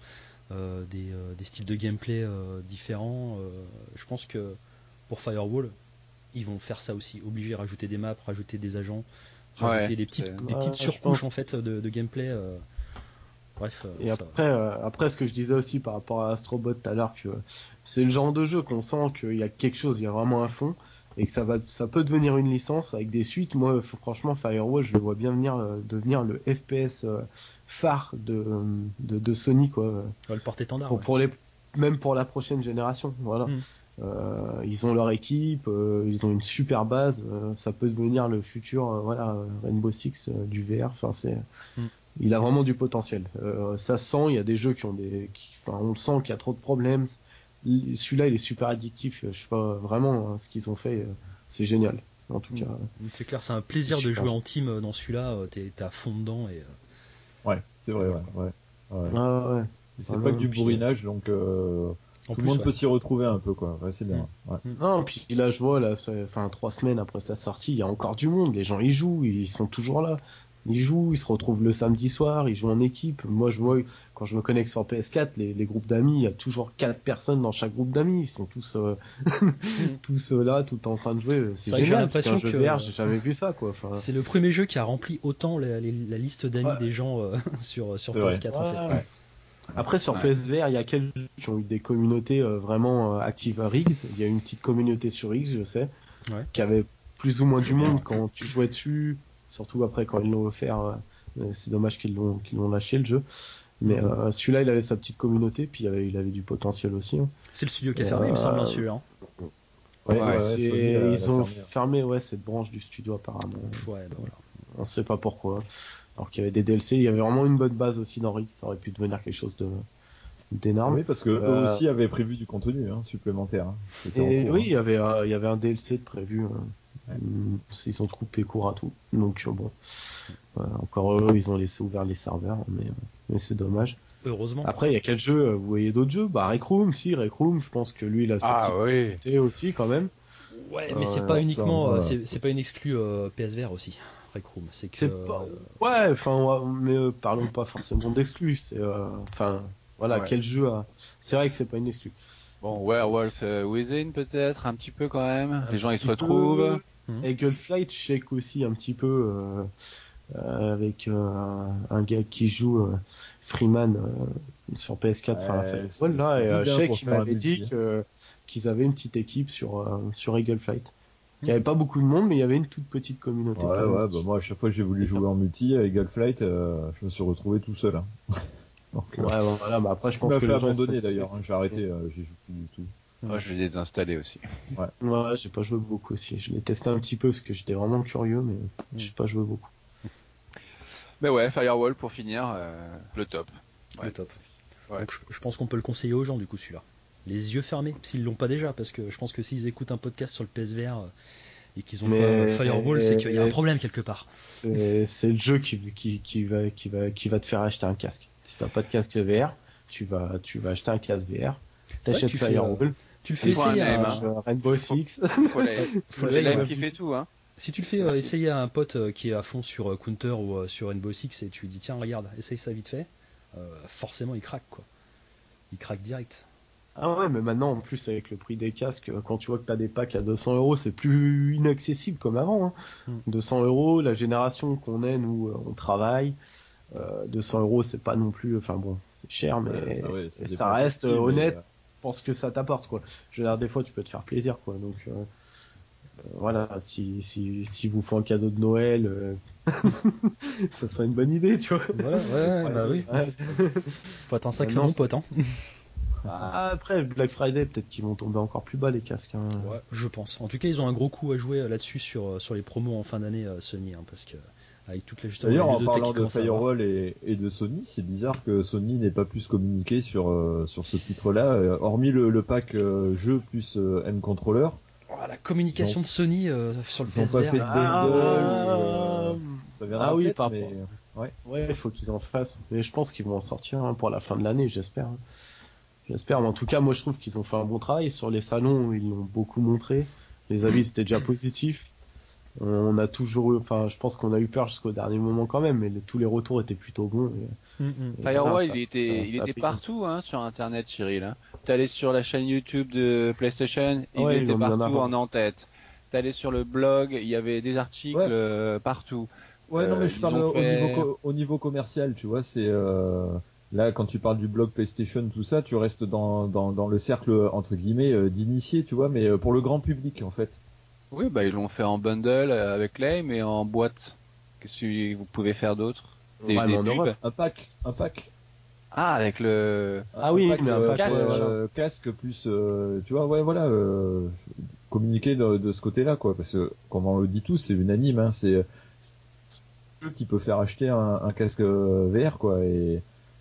des styles de gameplay différents. Je pense que pour Firewall, ils vont faire ça aussi, obligés à rajouter des maps, rajouter des agents, rajouter des petites surcouches en fait de gameplay. Bref. Et après, ce que je disais aussi par rapport à Astrobot tout à l'heure, que c'est le genre de jeu qu'on sent qu'il y a quelque chose, il y a vraiment un fond, et que ça peut devenir une licence avec des suites. Moi, franchement, Firewall, je le vois bien devenir le FPS phare de Sony, quoi. Le porte-étendard. Même pour la prochaine génération, voilà. Ils ont leur équipe, ils ont une super base, ça peut devenir le futur, Rainbow Six du VR. Enfin, il a vraiment du potentiel. Ça se sent, il y a des jeux on le sent qu'il y a trop de problèmes. Celui-là, il est super addictif. Je sais pas vraiment ce qu'ils ont fait, c'est génial. En tout cas. C'est clair, c'est un plaisir de jouer en team dans celui-là. T'es à fond dedans et. Ouais, c'est vrai, ouais. Ouais. C'est pas que du bourrinage, donc tout le monde peut s'y retrouver un peu, quoi. Ouais, c'est bien. Ouais. Non, puis là, je vois, 3 semaines après sa sortie, il y a encore du monde. Les gens, ils jouent, ils sont toujours là. Ils jouent, ils se retrouvent le samedi soir, ils jouent en équipe. Moi, je vois, quand je me connecte sur PS4, les groupes d'amis, il y a toujours 4 personnes dans chaque groupe d'amis. Ils sont tous, tous là, tout en train de jouer. C'est génial. J'ai l'impression que VR, j'ai jamais vu ça, quoi. C'est le premier jeu qui a rempli autant la liste d'amis des gens sur PS4, en fait. Ouais. Après, sur PSVR, il y a quelques qui ont eu des communautés vraiment actives à Riggs. Il y a une petite communauté sur Riggs, je sais, qui avait plus ou moins du monde quand tu jouais dessus. Surtout après, quand ils l'ont offert, c'est dommage qu'ils l'ont lâché, le jeu. Mais celui-là, il avait sa petite communauté, puis il avait du potentiel aussi. Hein. C'est le studio qui a fermé, il me semble, celui-là. Ils ont fermé cette branche du studio, apparemment. Ouais, bah voilà. On sait pas pourquoi. Alors qu'il y avait des DLC, il y avait vraiment une bonne base aussi dans Riggs, ça aurait pu devenir quelque chose d'énorme. Oui, parce que eux aussi avaient prévu du contenu supplémentaire. Et oui, il y avait un DLC de prévu. Ils ont coupé court à tout. Donc bon, encore eux, ils ont laissé ouvert les serveurs, mais c'est dommage. Heureusement. Après, il y a quel jeu vous voyez d'autres jeux? Rec Room, je pense que lui, il a sa petite qualité aussi quand même. Ouais, mais c'est pas uniquement, c'est pas une exclue PSVR aussi. Rec Room, c'est que. Ouais, enfin, mais parlons pas forcément d'exclus. C'est, quel jeu a. C'est vrai que c'est pas une exclue. Bon, Werewolf Within peut-être un petit peu quand même. Les gens ils se retrouvent. Eagle Flight, je sais aussi un petit peu avec un gars qui joue Freeman sur PS4. Je sais qu'il m'avait dit qu'ils avaient une petite équipe sur Eagle Flight. Il n'y avait pas beaucoup de monde, mais il y avait une toute petite communauté. Bah moi, à chaque fois que j'ai voulu jouer en multi à Eagle Flight, je me suis retrouvé tout seul. Hein. Donc, voilà, bah après, je pense que les gens abandonné d'ailleurs. J'ai arrêté, j'y joue plus du tout. Moi, je l'ai désinstallé aussi. Ouais, j'ai pas joué beaucoup aussi. Je l'ai testé un petit peu parce que j'étais vraiment curieux, mais j'ai pas joué beaucoup. Mais ouais, Firewall pour finir, le top. Le top. Ouais. Donc je pense qu'on peut le conseiller aux gens du coup celui-là. Les yeux fermés, s'ils l'ont pas déjà, parce que je pense que s'ils écoutent un podcast sur le PSVR et qu'ils ont pas Firewall, c'est qu'il y a un problème quelque part. C'est le jeu qui va te faire acheter un casque. Si t'as pas de casque VR, tu vas acheter un casque VR. T'achètes Firewall. Tu le fais essayer à Rainbow Six. Faut l'élève qui fait tout, hein. Si tu le fais essayer à un pote qui est à fond sur Counter ou sur Rainbow Six et tu lui dis tiens regarde, essaye ça vite fait, forcément il craque quoi. Il craque direct. Ah ouais, mais maintenant en plus avec le prix des casques, quand tu vois que t'as des packs à 200€, c'est plus inaccessible comme avant. Hein. 200€, la génération qu'on est, nous, on travaille. 200€, c'est pas non plus, enfin bon, c'est cher, mais ça reste honnête. Je pense que ça t'apporte quoi. Je veux dire, des fois tu peux te faire plaisir quoi. Donc voilà, si vous font un cadeau de Noël, ça serait une bonne idée, tu vois. Voilà, bah oui. Faut être un sacré bon pote, hein. Après, Black Friday, peut-être qu'ils vont tomber encore plus bas les casques. Hein. Ouais, je pense. En tout cas, ils ont un gros coup à jouer là-dessus sur les promos en fin d'année Sony, hein, parce que avec toute la justement. D'ailleurs, en parlant de Firewall et de Sony, c'est bizarre que Sony n'ait pas pu se communiquer sur ce titre-là, hormis le pack jeu plus M-Controller. La communication de Sony sur le PSVR. Ils n'ont pas fait de bundle. Ça viendra peut-être, mais ouais, il faut qu'ils en fassent. Mais je pense qu'ils vont en sortir pour la fin de l'année, j'espère. J'espère, mais en tout cas, moi je trouve qu'ils ont fait un bon travail. Sur les salons, ils l'ont beaucoup montré. Les avis étaient déjà positifs. On a toujours eu, enfin, je pense qu'on a eu peur jusqu'au dernier moment quand même, mais tous les retours étaient plutôt bons. Firewall, il était partout sur Internet, Cyril. Hein. T'allais sur la chaîne YouTube de PlayStation, il était partout en tête. t'allais sur le blog, il y avait des articles partout. Ouais, non, mais je parle au niveau commercial, tu vois, c'est là quand tu parles du blog PlayStation, tout ça, tu restes dans le cercle entre guillemets d'initiés, tu vois, mais pour le grand public en fait. Oui, bah ils l'ont fait en bundle avec l'AIM et en boîte. Qu'est-ce que vous pouvez faire d'autre? Des en pubs. Europe. Un pack. Ah, avec le. Ah oui, pack, mais un pack, casque plus, tu vois, ouais, voilà, communiquer de ce côté-là, quoi, parce que comme on le dit tous, c'est unanime, hein, c'est jeu qui peut faire acheter un casque VR, quoi, et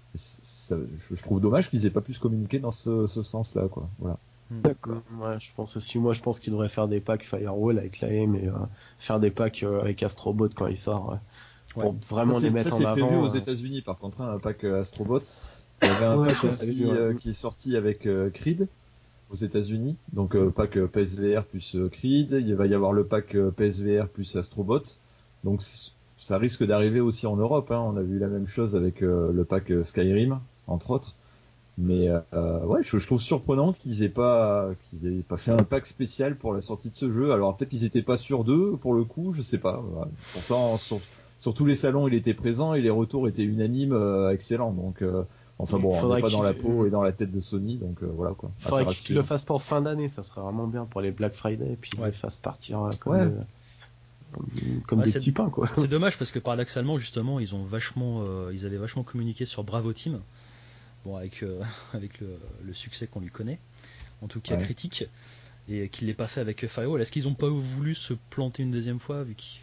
je trouve dommage qu'ils aient pas pu se communiquer dans ce sens-là, quoi. Voilà. D'accord. Ouais, je pense aussi. Moi, je pense qu'ils devraient faire des packs Firewall avec l'AM et faire des packs avec Astrobot quand il sort, pour vraiment les mettre en avant. Ça, c'est prévu aux États-Unis, par contre, hein, un pack Astrobot. Il y avait un pack aussi qui est sorti avec Creed aux États-Unis, donc pack PSVR plus Creed. Il va y avoir le pack PSVR plus Astrobot. Donc ça risque d'arriver aussi en Europe. Hein. On a vu la même chose avec le pack Skyrim, entre autres. Mais ouais, je trouve surprenant qu'ils aient pas fait un pack spécial pour la sortie de ce jeu. Alors peut-être qu'ils étaient pas sûrs d'eux pour le coup, je sais pas. Voilà. Pourtant sur tous les salons il était présent et les retours étaient unanimes, excellents. Donc enfin bon, on n'est pas dans la peau et dans la tête de Sony, donc voilà quoi. Faudrait qu'ils le fassent pour fin d'année, ça serait vraiment bien pour les Black Friday et puis ils le fassent partir comme des petits pains quoi. C'est dommage parce que paradoxalement justement ils avaient vachement communiqué sur Bravo Team. Bon, avec le succès qu'on lui connaît, en tout cas critique, et qu'il l'ait pas fait avec Firewall. Est-ce qu'ils ont pas voulu se planter une deuxième fois vu qu'ils...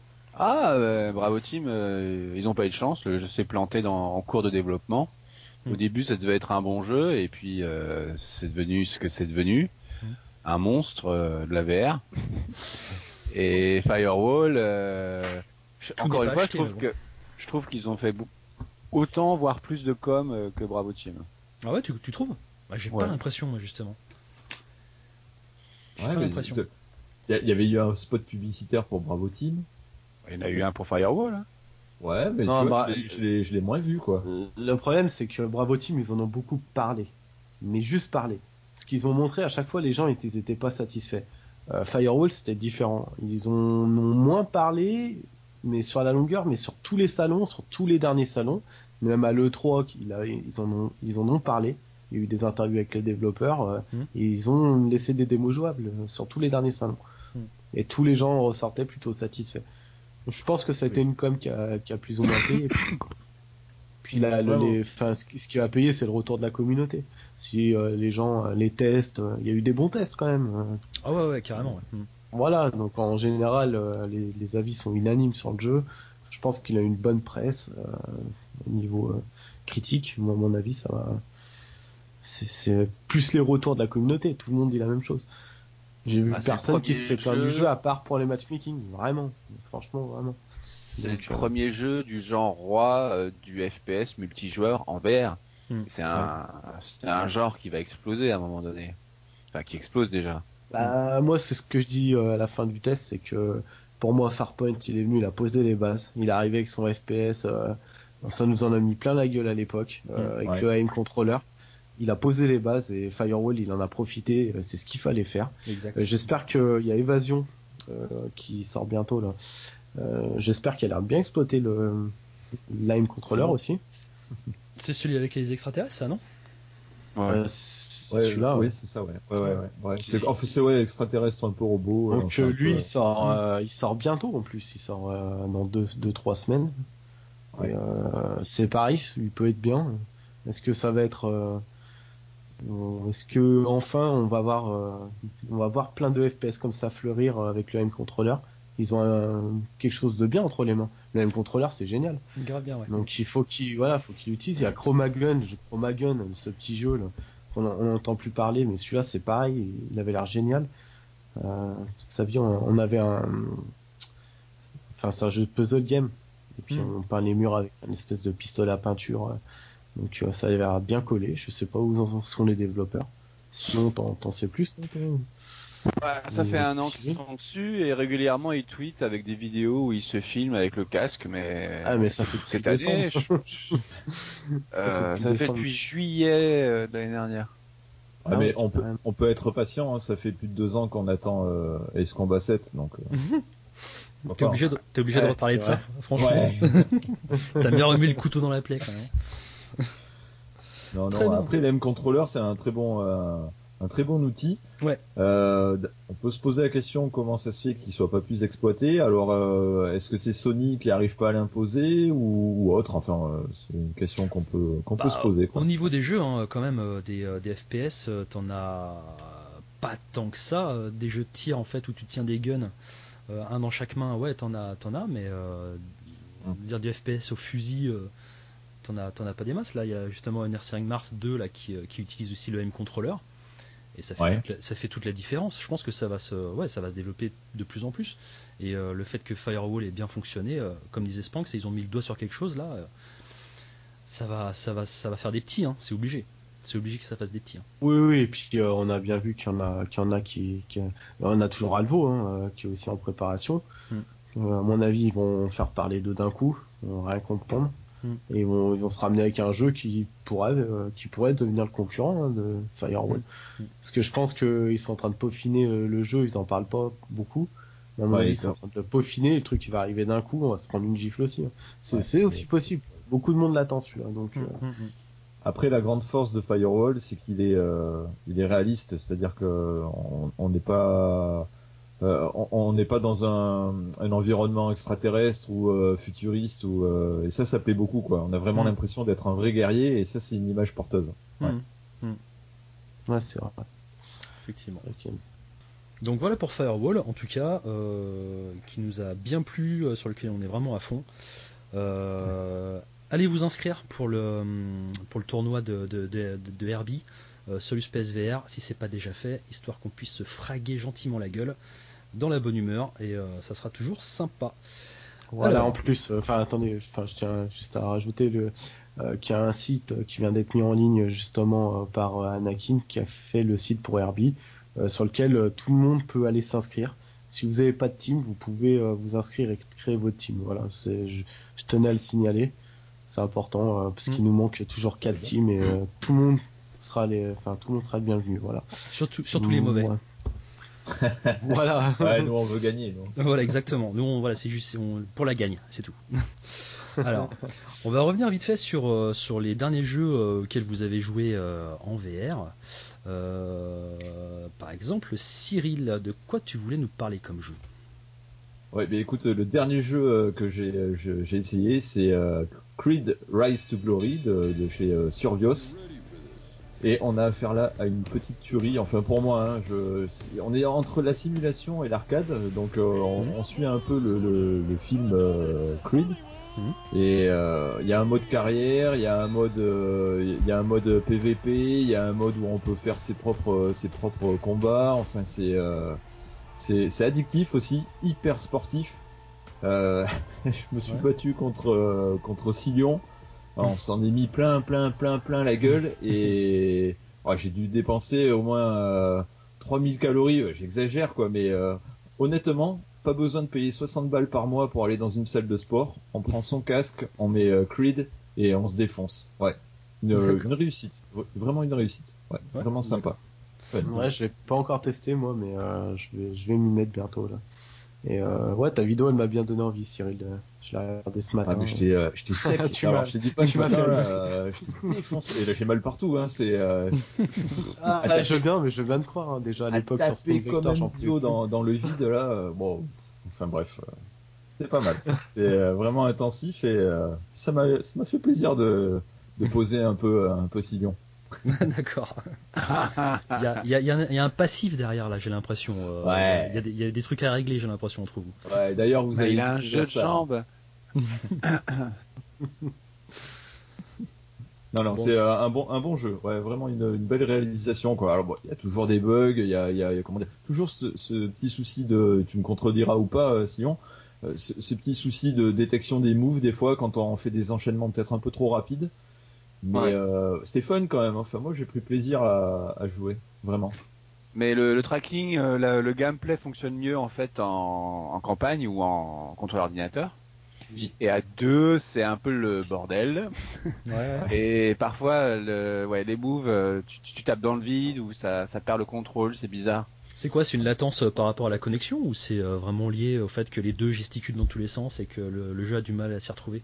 Bravo Team, ils ont pas eu de chance. Le jeu s'est planté en cours de développement. Au début, ça devait être un bon jeu, et puis c'est devenu ce que c'est devenu, un monstre de la VR. Et Firewall, encore une fois, je trouve qu'ils ont fait autant, voire plus de com que Bravo Team. Ah ouais, tu trouves? Bah, j'ai pas l'impression, moi, justement. J'ai pas l'impression. Il y avait eu un spot publicitaire pour Bravo Team. Il y en a eu un pour Firewall. Hein. Ouais, mais non, tu vois, je l'ai moins vu, quoi. Le problème, c'est que Bravo Team, ils en ont beaucoup parlé. Mais juste parlé. Ce qu'ils ont montré, à chaque fois, les gens étaient pas satisfaits. Firewall, c'était différent. Ils en ont moins parlé, mais sur la longueur, mais sur tous les salons, sur tous les derniers salons. Même à l'E3, ils en ont parlé. Il y a eu des interviews avec les développeurs, et ils ont laissé des démos jouables sur tous les derniers salons. Et tous les gens ressortaient plutôt satisfaits. Je pense que ça a été une com qui a plus ou moins payé. Puis là, ce qui va payer, c'est le retour de la communauté. Si les gens les testent, il y a eu des bons tests quand même. Ah ouais, carrément. Ouais. Voilà, donc en général, les avis sont unanimes sur le jeu. Je pense qu'il a une bonne presse au niveau critique. Moi, à mon avis, ça va. C'est plus les retours de la communauté. Tout le monde dit la même chose. J'ai vu personne qui s'est plaint du jeu à part pour les matchmaking. Vraiment, franchement, vraiment. C'est le premier jeu du genre roi du FPS multijoueur en VR. C'est un genre qui va exploser à un moment donné. Enfin, qui explose déjà. Bah, moi, c'est ce que je dis à la fin du test, c'est que pour moi, Farpoint, il est venu, il a posé les bases. Il est arrivé avec son FPS. Ça nous en a mis plein la gueule à l'époque, avec le aim controller. Il a posé les bases et Firewall, il en a profité. C'est ce qu'il fallait faire. J'espère qu'il y a Évasion qui sort bientôt là. J'espère qu'elle a bien exploité le l'aim controller aussi. C'est celui avec les extraterrestres, ça, non? Celui-là. Oui, c'est ça, ouais. C'est extraterrestre un peu robot. Donc lui, il sort bientôt en plus. Il sort dans 2-3 semaines. Et, c'est pareil, il peut être bien. Est-ce que ça va être est-ce que enfin on va voir plein de FPS comme ça fleurir avec le M-Controller? Ils ont quelque chose de bien entre les mains. Le M-Controller, c'est génial. Grave bien, ouais. Donc il faut qu'il l'utilise. Il y a Chromagun, ce petit jeu là, on n'entend plus parler, mais celui-là c'est pareil, il avait l'air génial. Ça vient, on avait c'est un jeu de puzzle game. Et puis on peint les murs avec une espèce de pistolet à peinture. Donc ça a l'air bien collé. Je sais pas où en sont les développeurs. Sinon t'en sais plus. Ça fait un an qu'ils sont dessus et régulièrement ils tweetent avec des vidéos où ils se filment avec le casque, mais ça fait cette année. Ça fait depuis juillet de l'année dernière. Ah, mais on peut être patient, hein, ça fait plus de 2 ans qu'on attend Ace Combat 7, donc... T'es obligé de reparler de ça, franchement. Ouais. T'as bien remis le couteau dans la plaie, quand même. Non, après, l'M-Controller, c'est un très bon outil. Ouais. On peut se poser la question comment ça se fait qu'il soit pas plus exploité. Alors, est-ce que c'est Sony qui arrive pas à l'imposer ou autre? Enfin, c'est une question qu'on peut se poser, quoi. Au niveau des jeux, hein, quand même, des FPS, t'en as pas tant que ça. Des jeux de tir, en fait, où tu tiens des guns, un dans chaque main, ouais, t'en as, mais dire du FPS au fusil, t'en as pas des masses. Là, il y a justement un Airseering Mars 2 là, qui utilise aussi le M-Controller. Et ça fait toute la différence. Je pense que ça va se développer de plus en plus. Et le fait que Firewall ait bien fonctionné, comme disait Spanx, ils ont mis le doigt sur quelque chose là. Ça va faire des petits, hein, c'est obligé. C'est obligé que ça fasse des petits. Hein. Oui, et puis on a bien vu qu'il y en a qui on a toujours Alvo, hein, qui est aussi en préparation. À mon avis, ils vont faire parler d'eux d'un coup, ils vont rien comprendre. Et ils vont se ramener avec un jeu qui pourrait devenir le concurrent, hein, de Firewall. Parce que je pense qu'ils sont en train de peaufiner le jeu, ils en parlent pas beaucoup. Mais à mon avis, ils sont en train de le peaufiner, le truc qui va arriver d'un coup, on va se prendre une gifle aussi. Hein. C'est aussi possible. Beaucoup de monde l'attend celui-là. Donc, Après, la grande force de Firewall, c'est qu'il est réaliste, c'est-à-dire que on n'est pas dans un environnement extraterrestre ou futuriste et ça plaît beaucoup, quoi. On a vraiment l'impression d'être un vrai guerrier et ça, c'est une image porteuse. Ouais, c'est vrai. Effectivement. Donc voilà pour Firewall, en tout cas, qui nous a bien plu, sur lequel on est vraiment à fond. Allez vous inscrire pour le tournoi de Herbie, Solus PSVR, si c'est pas déjà fait, histoire qu'on puisse se fraguer gentiment la gueule, dans la bonne humeur, et ça sera toujours sympa. Voilà. Alors, en plus, attendez, je tiens juste à rajouter qu'il y a un site qui vient d'être mis en ligne justement par Anakin, qui a fait le site pour Herbie, sur lequel tout le monde peut aller s'inscrire. Si vous n'avez pas de team, vous pouvez vous inscrire et créer votre team. Voilà, je tenais à le signaler. C'est important parce qu'il nous manque toujours 4 teams et tout le monde sera le bienvenu. Voilà. Surtout les mauvais. Ouais. Voilà. Ouais, nous on veut gagner. Donc. Voilà, exactement. Nous, c'est juste pour la gagne, c'est tout. Alors, on va revenir vite fait sur les derniers jeux auxquels vous avez joué en VR. Par exemple, Cyril, de quoi tu voulais nous parler comme jeu? Ouais, mais écoute, le dernier jeu que j'ai essayé, c'est Creed Rise to Glory de chez Survios. Et on a affaire là à une petite tuerie, enfin pour moi, hein, on est entre la simulation et l'arcade, donc on suit un peu le film Creed. Et il y a un mode carrière, il y a un mode PVP, il y a un mode où on peut faire ses propres combats. Enfin c'est addictif aussi, hyper sportif. Je me suis battu contre 6 lions. On s'en est mis plein la gueule et j'ai dû dépenser au moins 3000 calories. J'exagère quoi, mais honnêtement, pas besoin de payer 60 balles par mois pour aller dans une salle de sport. On prend son casque, on met Creed et on se défonce. Ouais, une réussite, vraiment une réussite. Ouais, vraiment sympa. Ouais, je l'ai pas encore testé moi, mais je vais m'y mettre bientôt là. Et ta vidéo elle m'a bien donné envie, Cyril. Je l'ai regardé ce matin. Ah mais je t'ai sec. Alors je t'ai dit pas ce matin là, je t'ai défoncé. Et là j'ai mal partout. Hein, c'est. Je veux bien te croire. Hein, déjà à l'époque sur Spawn Vector, comme un idiot dans le vide là. Bon, enfin bref, c'est pas mal. C'est vraiment intensif et ça m'a fait plaisir de poser un peu Sillon. D'accord. Il y a un passif derrière là, j'ai l'impression. Ouais. Il y a des trucs à régler, j'ai l'impression entre vous. Ouais. D'ailleurs, vous avez. Il a un jeu de jambes. Non, bon. C'est un bon jeu. Ouais, vraiment une belle réalisation quoi. Alors bon, il y a toujours des bugs, il y a comment dire, toujours ce petit souci de, tu me contrediras ou pas, Sillon, ce petit souci de détection des moves des fois quand on fait des enchaînements peut-être un peu trop rapides. Mais c'était fun quand même. Enfin, moi, j'ai pris plaisir à jouer, vraiment. Mais le tracking, le gameplay fonctionne mieux en fait en campagne ou contre l'ordinateur? Oui. Et à 2, c'est un peu le bordel. Ouais. Et parfois, les moves, tu tapes dans le vide ou ça perd le contrôle, c'est bizarre. C'est quoi? C'est une latence par rapport à la connexion ou c'est vraiment lié au fait que les deux gesticulent dans tous les sens et que le jeu a du mal à s'y retrouver?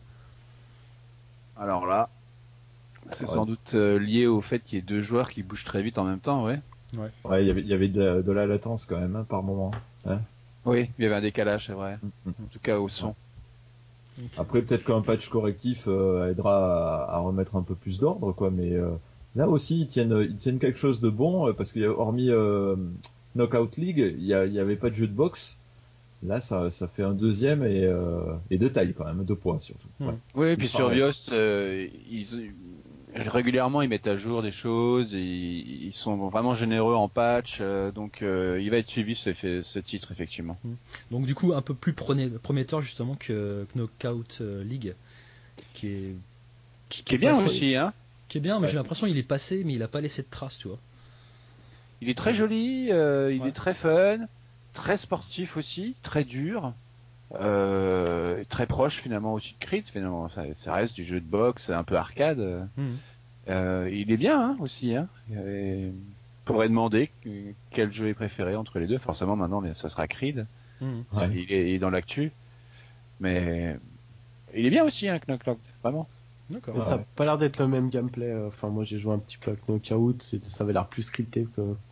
Alors là, c'est sans doute lié au fait qu'il y ait 2 joueurs qui bougent très vite en même temps, ouais. Ouais, il y avait de la latence quand même, par moment. Hein. Oui, il y avait un décalage, c'est vrai. Mm-hmm. En tout cas au son. Okay. Après, peut-être qu'un patch correctif aidera à remettre un peu plus d'ordre, quoi. Mais là aussi, ils tiennent quelque chose de bon parce qu'il y a, hormis Knockout League, il y avait pas de jeu de boxe. Là, ça fait un deuxième et de taille quand même, de poids surtout. Ouais. Oui, et puis sur Viost, régulièrement ils mettent à jour des choses, ils sont vraiment généreux en patch, donc il va être suivi ce titre effectivement. Donc du coup un peu plus prometteur justement que Knockout League, qui est bien passé, aussi, hein. Qui est bien, mais j'ai l'impression qu'il est passé, mais il a pas laissé de traces, tu vois. Il est très joli, il est très fun, très sportif aussi, très dur. Très proche finalement aussi de Creed, finalement ça reste du jeu de boxe un peu arcade. Il est bien hein, aussi hein. Pourrait demander quel jeu est préféré entre les deux, forcément maintenant ça sera Creed. Il est dans l'actu, mais il est bien aussi hein, Knockout, vraiment. D'accord. Mais ça a pas l'air d'être le même gameplay. Enfin moi j'ai joué un petit peu à Knockout, ça avait l'air plus scripté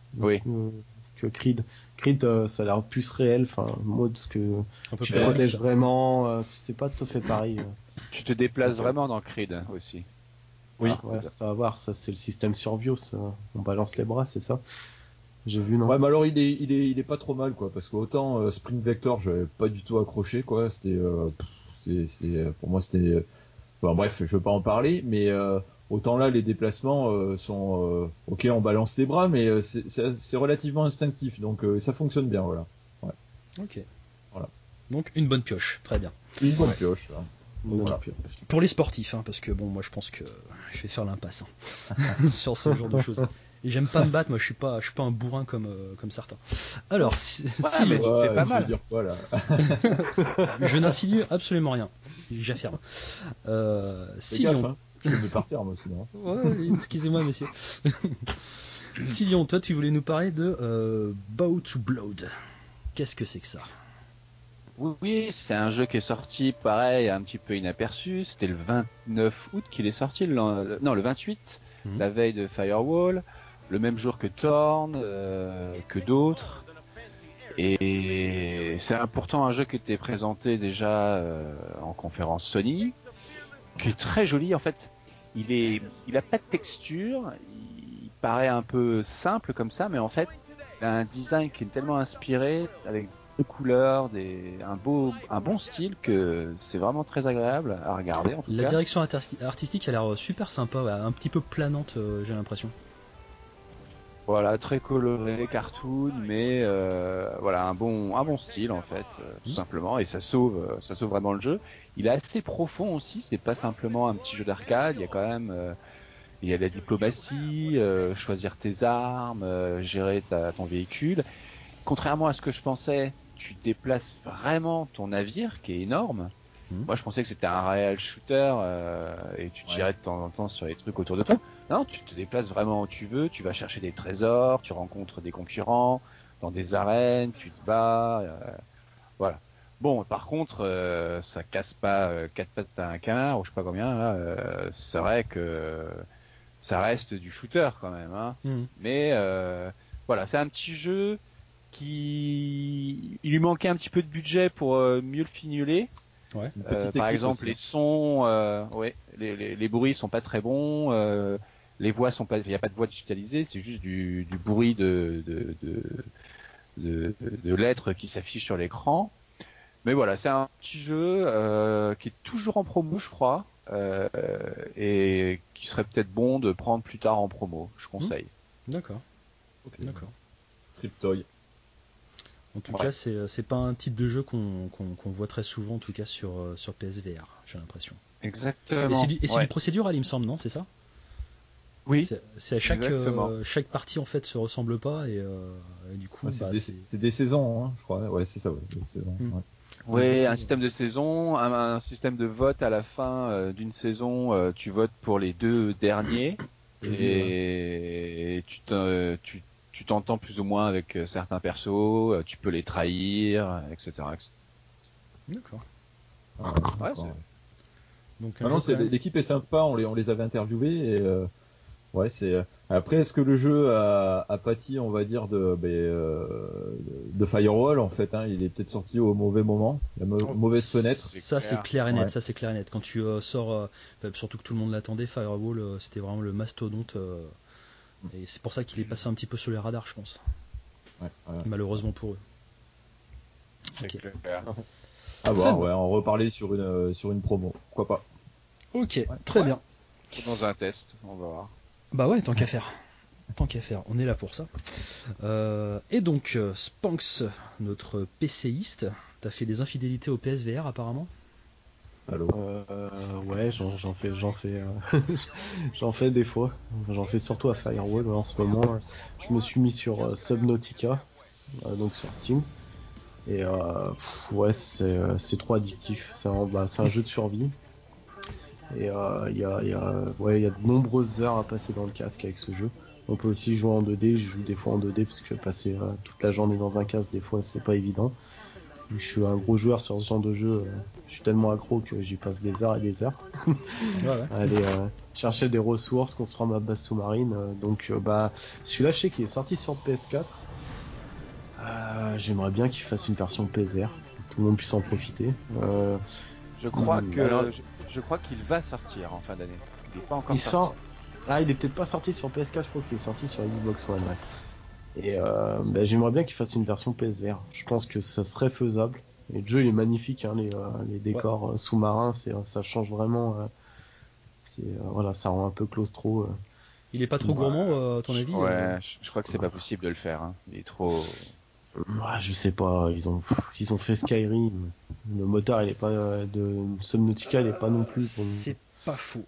que Creed. Creed, ça a l'air plus réel, enfin, mode ce que tu te protèges vraiment, c'est pas tout à fait pareil. Tu te déplaces vraiment dans Creed aussi. Oui. Ouais, ça va voir, ça c'est le système sur Bios, on balance les bras, c'est ça. J'ai vu, non? Ouais, mais alors il est pas trop mal, quoi, parce qu'autant Sprint Vector, j'avais pas du tout accroché, quoi. C'était, pour moi c'était, bon, bref, je veux pas en parler, mais autant là les déplacements sont, ok, on balance les bras, mais c'est relativement instinctif, donc ça fonctionne bien, voilà. Ouais. Ok. Voilà. Donc une bonne pioche, très bien. Une bonne pioche. Hein. Voilà. Pour les sportifs, hein, parce que bon, moi je pense que je vais faire l'impasse sur ce genre de choses. Et j'aime pas me battre, moi je suis pas un bourrin comme certains. Alors, mais tu te fais pas mal. Je veux dire quoi là? Je n'insinue absolument rien, j'affirme. Gaffe, hein. Je me mets par terre moi sinon. Ouais, excusez-moi messieurs. Silion, toi tu voulais nous parler de Bow to Blood. Qu'est-ce que c'est que ça? Oui, c'est un jeu qui est sorti, pareil, un petit peu inaperçu. C'était le 29 août qu'il est sorti, le 28, la veille de Firewall, le même jour que Torn, que d'autres. Et c'est pourtant un jeu qui était présenté déjà en conférence Sony, qui est très joli en fait. Il a pas de texture, il paraît un peu simple comme ça, mais en fait, il a un design qui est tellement inspiré, avec de couleurs, un bon style que c'est vraiment très agréable à regarder en tout cas. La direction artistique a l'air super sympa, ouais, un petit peu planante, j'ai l'impression. Voilà, très coloré, cartoon, mais voilà un bon style en fait, tout simplement, et ça sauve vraiment le jeu. Il est assez profond aussi, c'est pas simplement un petit jeu d'arcade, il y a quand même il y a la diplomatie, choisir tes armes, gérer ton véhicule. Contrairement à ce que je pensais, tu déplaces vraiment ton navire qui est énorme. Moi, je pensais que c'était un réel shooter et tu tirais de temps en temps sur les trucs autour de toi. Non, tu te déplaces vraiment où tu veux. Tu vas chercher des trésors, tu rencontres des concurrents dans des arènes, tu te bats. Voilà. Bon, par contre, ça casse pas 4 pattes à un canard ou je sais pas combien. Là, c'est vrai que ça reste du shooter quand même. Hein. Mais voilà, c'est un petit jeu il lui manquait un petit peu de budget pour mieux le fignoler. Ouais. Par exemple, aussi, les sons, les bruits sont pas très bons, les voix sont pas, il n'y a pas de voix digitalisée, c'est juste du bruit de lettres qui s'affichent sur l'écran. Mais voilà, c'est un petit jeu qui est toujours en promo, je crois, et qui serait peut-être bon de prendre plus tard en promo. Je conseille. D'accord. Okay. D'accord. Cryptoy. En tout cas, c'est pas un type de jeu qu'on voit très souvent, en tout cas sur PSVR, j'ai l'impression. Exactement. Et c'est du procédural, il me semble, non? C'est ça? Oui. C'est chaque partie en fait se ressemble pas et du coup c'est des saisons, hein, je crois. Ouais, c'est ça. Ouais, des saisons. Ouais. Oui, un système de saison, un système de vote à la fin d'une saison. Tu votes pour les 2 derniers et tu t'entends plus ou moins avec certains persos. Tu peux les trahir, etc. D'accord. Ouais, Donc non, l'équipe est sympa. On les avait interviewés et ouais, c'est. Après, est-ce que le jeu a pâti, on va dire, de Firewall en fait, hein, il est peut-être sorti au mauvais moment, mauvaise fenêtre. Ça c'est clair et net. Ouais. Ça c'est clair et net. Quand tu sors, surtout que tout le monde l'attendait, Firewall, c'était vraiment le mastodonte. Et c'est pour ça qu'il est passé un petit peu sur les radars, je pense. Ouais. Malheureusement pour eux. C'est clair. À voir, ouais, en reparler sur une promo, pourquoi pas. Ok, très bien. Dans un test, on va voir. Bah ouais, tant qu'à faire. On est là pour ça. Et donc, Spanx, notre PCiste, t'as fait des infidélités au PSVR apparemment. Allô. Ouais, j'en fais j'en fais des fois. J'en fais surtout à Firewall en ce moment. Je me suis mis sur Subnautica, donc sur Steam. Et ouais, c'est trop addictif. C'est un jeu de survie. Et il y a de nombreuses heures à passer dans le casque avec ce jeu. On peut aussi jouer en 2D. Je joue des fois en 2D parce que passer toute la journée dans un casque, des fois, c'est pas évident. Je suis un gros joueur sur ce genre de jeu. Je suis tellement accro que j'y passe des heures et des heures. Ouais. Aller chercher des ressources, construire ma base sous-marine. Donc, celui-là, je sais qu'il est sorti sur PS4. J'aimerais bien qu'il fasse une version PSVR, que tout le monde puisse en profiter. Je crois qu'il va sortir en fin d'année. Il est pas encore sorti. Il est peut-être pas sorti sur PS4, je crois qu'il est sorti sur Xbox One. Ouais. Et j'aimerais bien qu'il fasse une version PSVR. Je pense que ça serait faisable. Et le jeu il est magnifique, hein, les décors sous-marins, ça change vraiment. Voilà, ça rend un peu claustro. Il est pas trop gourmand, à ton avis? Ouais, je crois que c'est pas possible de le faire. Hein. Il est trop. Je sais pas. Ils ont fait Skyrim. Le moteur il est pas de Subnautica, il est pas non plus. C'est pas faux.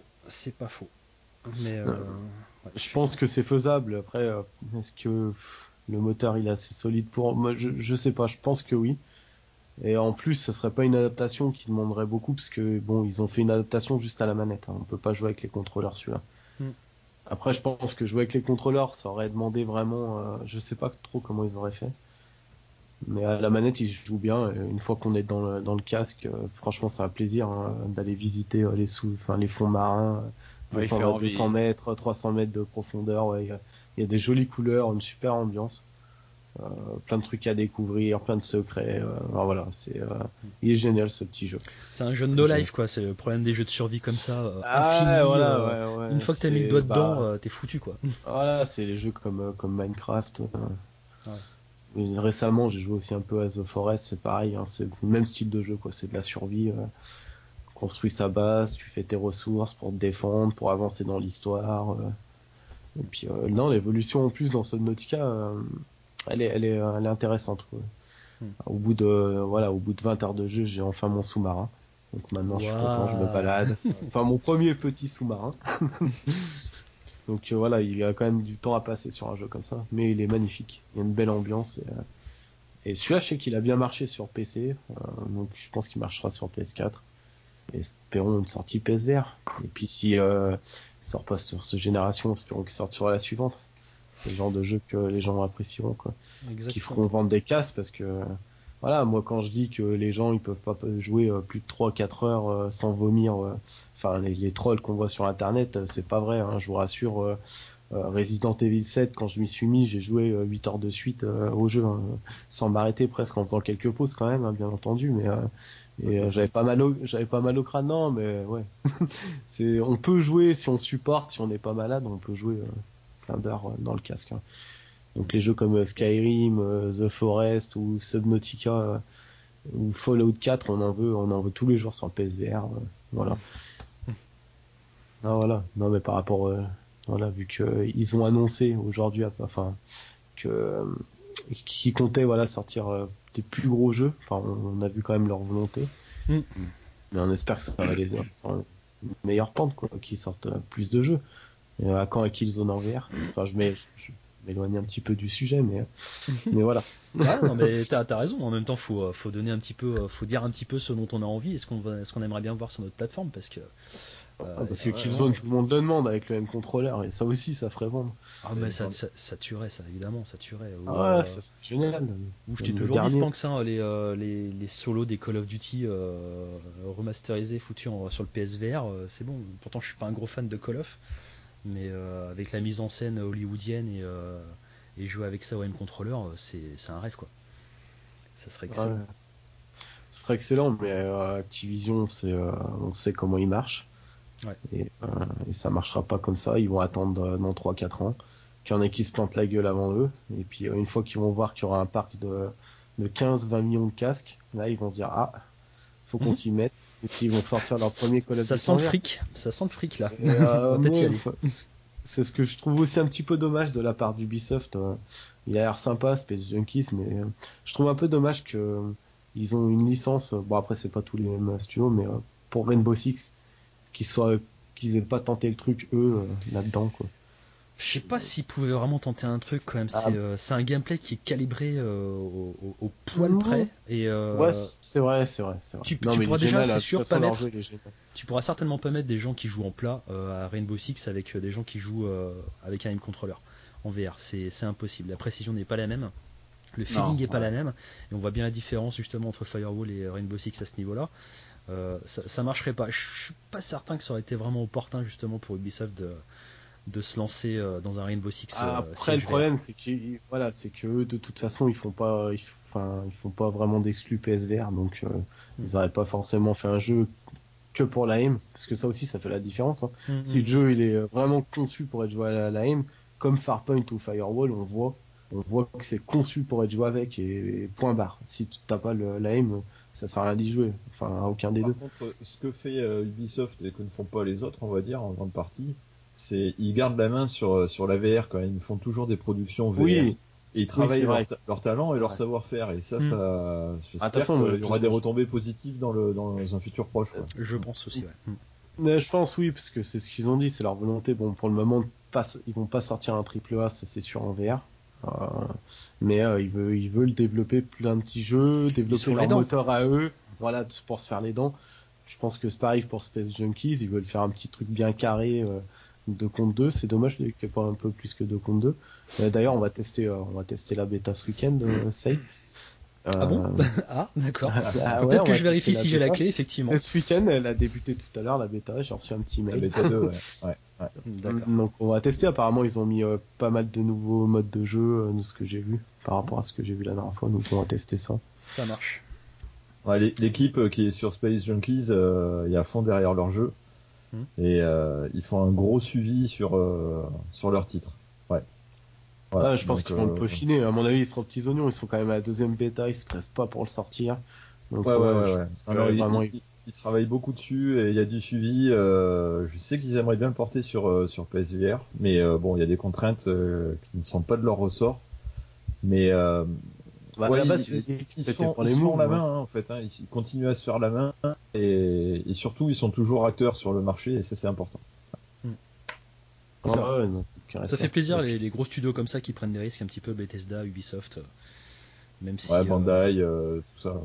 Mais je pense que c'est faisable. Après, est-ce que le moteur il est assez solide pour moi? Je sais pas. Je pense que oui. Et en plus, ça serait pas une adaptation qui demanderait beaucoup parce que bon, ils ont fait une adaptation juste à la manette. Hein. On peut pas jouer avec les contrôleurs celui-là. Après, je pense que jouer avec les contrôleurs, ça aurait demandé vraiment. Je sais pas trop comment ils auraient fait. Mais à la manette, ils jouent bien. Et une fois qu'on est dans le casque, franchement, c'est un plaisir d'aller visiter les fonds marins, 200 mètres, 300 mètres de profondeur. Ouais, il y a des jolies couleurs, une super ambiance. Plein de trucs à découvrir, plein de secrets. Voilà, il est génial ce petit jeu. C'est un jeu de no life quoi. C'est le problème des jeux de survie comme ça, infini. Ouais. Une fois que t'as mis le doigt dedans, t'es foutu quoi. Voilà, c'est les jeux comme Minecraft. Récemment, j'ai joué aussi un peu à The Forest. C'est pareil, hein, c'est le même style de jeu quoi. C'est de la survie. Construis sa base, tu fais tes ressources pour te défendre, pour avancer dans l'histoire. Et puis non, l'évolution en plus dans Subnautica, elle est intéressante. Quoi. Au bout de 20 heures de jeu, j'ai enfin mon sous-marin. Donc maintenant, je suis content, je me balade. Enfin, mon premier petit sous-marin. Donc voilà, il y a quand même du temps à passer sur un jeu comme ça, mais il est magnifique. Il y a une belle ambiance. Et celui-là, je sais qu'il a bien marché sur PC, donc je pense qu'il marchera sur PS4. Et espérons une sortie PSVR. Et puis si il sort pas sur cette génération, espérons qu'il sorte sur la suivante. C'est le genre de jeu que les gens apprécieront, quoi. Qui feront vendre des casques parce que voilà, moi quand je dis que les gens ils peuvent pas jouer plus de 3-4 heures sans vomir, enfin les trolls qu'on voit sur internet, c'est pas vrai, hein, je vous rassure. Resident Evil 7, quand je m'y suis mis, j'ai joué 8 heures de suite au jeu, hein, sans m'arrêter presque, en faisant quelques pauses quand même, hein, bien entendu, mais j'avais pas mal au crâne, non, mais ouais. On peut jouer si on supporte, si on n'est pas malade, on peut jouer plein d'heures dans le casque. Hein. Donc les jeux comme Skyrim, The Forest ou Subnautica ou Fallout 4, on en veut tous les jours sur le PSVR. Voilà. Ah, voilà. Non mais par rapport, voilà, vu que ils ont annoncé aujourd'hui, enfin que qu'ils comptaient voilà sortir des plus gros jeux. Enfin, on a vu quand même leur volonté. Mais on espère que ça va aller sur une meilleure pente, quoi, qu'ils sortent plus de jeux. À quand Killzone en VR. Enfin, je mets m'éloigner un petit peu du sujet, mais voilà. Ah, non, mais t'as raison. En même temps, faut donner un petit peu, faut dire un petit peu ce dont on a envie et ce qu'on aimerait bien voir sur notre plateforme, parce que Killzone, tout le monde le demande avec le M-controller, et ça aussi, ça ferait vendre. Ah, mais ça tuerait, ça, évidemment, ça tuerait. Ça c'est génial. Ou je t'ai toujours dit, Spank, ça, les solos des Call of Duty remasterisés, foutus sur le PSVR, c'est bon. Pourtant, je suis pas un gros fan de Call of, mais avec la mise en scène hollywoodienne et jouer avec ça au M-controller, c'est un rêve, quoi. Ça serait excellent. Ouais. Ce serait excellent, mais Activision, on sait comment ils marchent. Ouais. Et ça marchera pas comme ça. Ils vont attendre dans 3-4 ans qu'il y en ait qui se plantent la gueule avant eux. Et puis une fois qu'ils vont voir qu'il y aura un parc de 15-20 millions de casques, là ils vont se dire faut qu'on s'y mette. Et puis ils vont sortir leur premier Call of Duty. Ça sent le fric là. On va peut-être y aller. C'est ce que je trouve aussi un petit peu dommage de la part d'Ubisoft. Il a l'air sympa, Space Junkies, mais je trouve un peu dommage que ils ont une licence. Bon après c'est pas tous les mêmes studios, mais pour Rainbow Six, qu'ils aient pas tenté le truc eux là-dedans, quoi. Je sais pas s'ils pouvaient vraiment tenter un truc quand même. C'est un gameplay qui est calibré au poil près. Et ouais, c'est vrai. Tu pourras déjà, c'est sûr, pas mettre. Tu pourras certainement pas mettre des gens qui jouent en plat à Rainbow Six avec des gens qui jouent avec un M-controller en VR. C'est impossible. La précision n'est pas la même. Le feeling n'est pas la même. Et on voit bien la différence justement entre Firewall et Rainbow Six à ce niveau-là. Ça marcherait pas. Je suis pas certain que ça aurait été vraiment opportun justement pour Ubisoft de se lancer dans un Rainbow Six. Après le problème c'est que de toute façon ils font pas vraiment d'exclus PSVR, donc ils auraient pas forcément fait un jeu que pour la aim, parce que ça aussi ça fait la différence. Si le jeu il est vraiment conçu pour être joué à la aim, comme Farpoint ou Firewall, on voit que c'est conçu pour être joué avec et point barre. Si tu t'as pas la aim, ça sert à rien d'y jouer, enfin à aucun des deux. Par contre, ce que fait Ubisoft et que ne font pas les autres, on va dire en grande partie, c'est ils gardent la main sur la VR quand même. Ils font toujours des productions VR. Oui. Et ils travaillent leur talent et leur savoir-faire. Et ça, j'espère qu'il y aura des retombées positives dans un futur proche, quoi. Je pense aussi, ouais. Mais je pense oui, parce que c'est ce qu'ils ont dit, c'est leur volonté. Bon, pour le moment, ils vont pas sortir un AAA, ça c'est sûr en VR. Mais ils veulent développer plein de petits jeux, développer leur moteur à eux, voilà, pour se faire les dents. Je pense que c'est pareil pour Space Junkies, ils veulent faire un petit truc bien carré 2 contre 2. C'est dommage qu'il n'y ait pas un peu plus que 2 contre 2. D'ailleurs, on va tester la bêta ce week-end, Safe. Ah bon? Ah, d'accord. Peut-être que je vérifie si j'ai la clé, effectivement. Ce week-end, elle a débuté tout à l'heure, la bêta, j'ai reçu un petit mail. La bêta 2, ouais. D'accord. Donc on va tester, apparemment ils ont mis pas mal de nouveaux modes de jeu, de ce que j'ai vu, par rapport à ce que j'ai vu la dernière fois, donc on va tester ça. Ça marche. Ouais, l'équipe qui est sur Space Junkies, il y a à fond derrière leur jeu. Et ils font un gros suivi sur leur titre. Ouais. Voilà, je pense qu'ils vont le peaufiner. À mon avis, ils seront petits oignons. Ils sont quand même à la 2e bêta. Ils se pressent pas pour le sortir. Donc, vraiment, ils travaillent beaucoup dessus et il y a du suivi. Je sais qu'ils aimeraient bien le porter sur PSVR, mais bon, il y a des contraintes qui ne sont pas de leur ressort. Mais ils se font la main, en fait. Ils continuent à se faire la main et surtout, ils sont toujours acteurs sur le marché et ça, c'est important. Ça fait plaisir les gros studios comme ça qui prennent des risques un petit peu, Bethesda, Ubisoft, même si Bandai, tout ça.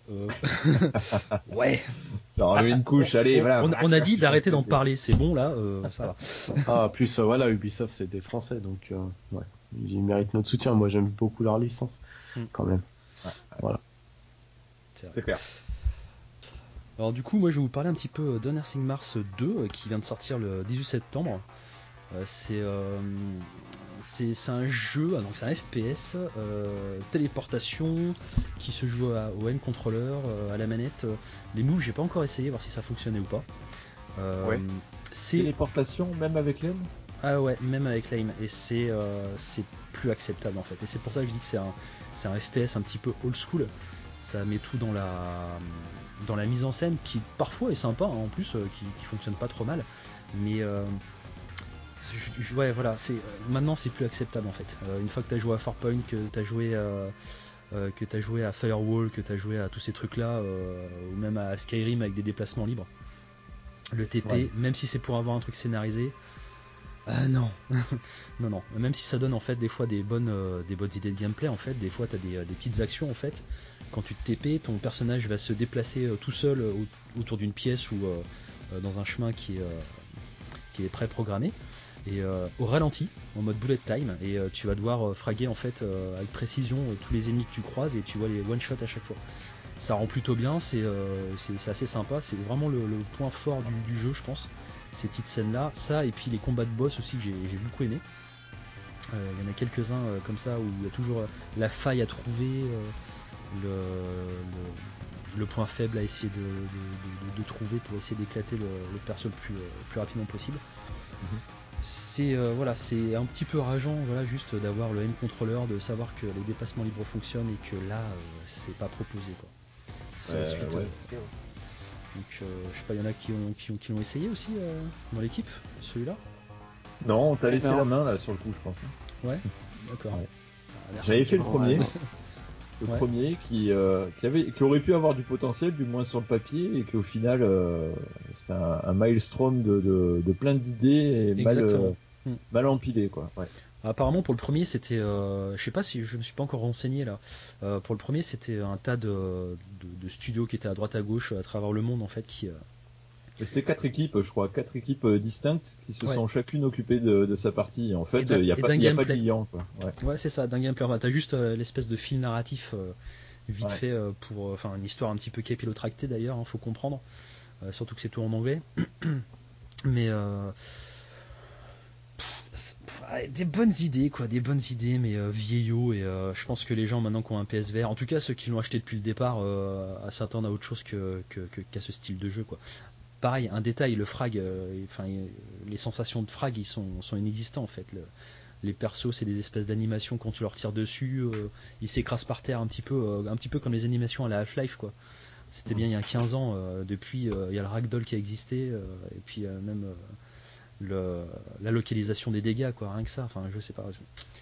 Ouais. Ça enlève une couche. Allez, voilà. On a dit d'arrêter d'en parler, c'est bon là, ça va. Plus voilà, Ubisoft c'est des Français, donc ils méritent notre soutien. Moi j'aime beaucoup leur licence, quand même. Voilà. C'est clair. Alors du coup, moi je vais vous parler un petit peu d'Unearthing Mars 2 qui vient de sortir le 18 septembre. C'est un jeu, donc c'est un FPS téléportation qui se joue au M-controller, à la manette. Les moves, j'ai pas encore essayé, voir si ça fonctionnait ou pas. Téléportation même avec l'aim. Ah ouais, même avec l'aim, et c'est plus acceptable en fait. Et c'est pour ça que je dis que c'est un FPS un petit peu old school. Ça met tout dans la mise en scène qui parfois est sympa, en plus qui fonctionne pas trop mal, mais ouais, voilà, maintenant c'est plus acceptable en fait. Une fois que tu as joué à Farpoint, que tu as joué à Firewall, que tu as joué à tous ces trucs là, ou même à Skyrim avec des déplacements libres, le TP, même si c'est pour avoir un truc scénarisé, Non. non. Même si ça donne en fait des fois des bonnes idées de gameplay, en fait, des fois t'as des petites actions en fait. Quand tu te TP, ton personnage va se déplacer tout seul autour d'une pièce ou dans un chemin qui est pré-programmé et au ralenti, en mode bullet time, et tu vas devoir fraguer en fait avec précision tous les ennemis que tu croises et tu vois les one shot à chaque fois. Ça rend plutôt bien, c'est assez sympa, c'est vraiment le point fort du jeu, je pense. Ces petites scènes là, ça et puis les combats de boss aussi que j'ai beaucoup aimé. Il y en a quelques-uns comme ça où il y a toujours la faille à trouver, le point faible à essayer de trouver pour essayer d'éclater le perso le plus rapidement possible. C'est c'est un petit peu rageant, juste d'avoir le M-controller, de savoir que les déplacements libres fonctionnent et que là c'est pas proposé quoi. C'est la suite. Donc je sais pas, il y en a qui l'ont essayé aussi dans l'équipe, celui-là. Non, on t'a laissé la main là sur le coup, je pense. Ouais, d'accord. Ouais. J'avais fait le premier. Le premier qui aurait pu avoir du potentiel, du moins sur le papier, et qu'au final c'était un maelstrom de plein d'idées et mal empilé quoi. Ouais. Apparemment pour le premier c'était, je sais pas si je me suis pas encore renseigné là. Pour le premier c'était un tas de studios qui étaient à droite à gauche à travers le monde en fait qui. C'était 4 équipes, je crois, 4 équipes distinctes qui se sont chacune occupées de sa partie. Et en fait, il n'y a pas de client quoi. Ouais, c'est ça, d'un gameplay. T'as juste l'espèce de fil narratif vite fait pour, une histoire un petit peu capillotractée d'ailleurs, faut comprendre. Surtout que c'est tout en anglais. Mais des bonnes idées mais vieillots, et je pense que les gens maintenant qui ont un PSVR, en tout cas ceux qui l'ont acheté depuis le départ, à s'attendre à autre chose qu'à ce style de jeu quoi. Pareil, un détail, le frag, les sensations de frag ils sont inexistants en fait. Les persos c'est des espèces d'animations, quand tu leur tires dessus ils s'écrasent par terre un petit peu comme les animations à la Half-Life quoi. C'était bien il y a 15 ans, depuis il y a le ragdoll qui a existé, et puis même la localisation des dégâts quoi, rien que ça, je sais pas,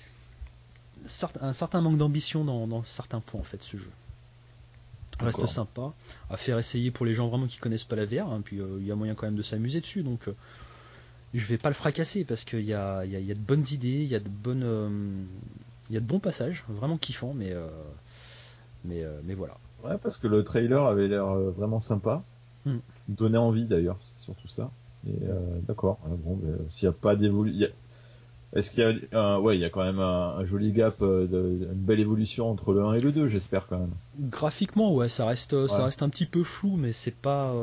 un certain manque d'ambition dans certains points en fait ce jeu. Reste sympa à faire essayer pour les gens vraiment qui connaissent pas la VR, puis il y a moyen quand même de s'amuser dessus, donc je vais pas le fracasser parce qu'il y a de bonnes idées, il y a de bons passages vraiment kiffants, mais voilà. Ouais, parce que le trailer avait l'air vraiment sympa, donnait envie d'ailleurs, c'est surtout ça. Et d'accord, bon, s'il n'y a pas d'évolution, est-ce qu'il y a il y a quand même un joli gap, une belle évolution entre le 1 et le 2, j'espère quand même. Graphiquement, ouais, ça reste un petit peu flou, mais c'est pas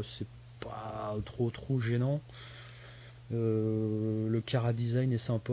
trop gênant. Le chara design est sympa,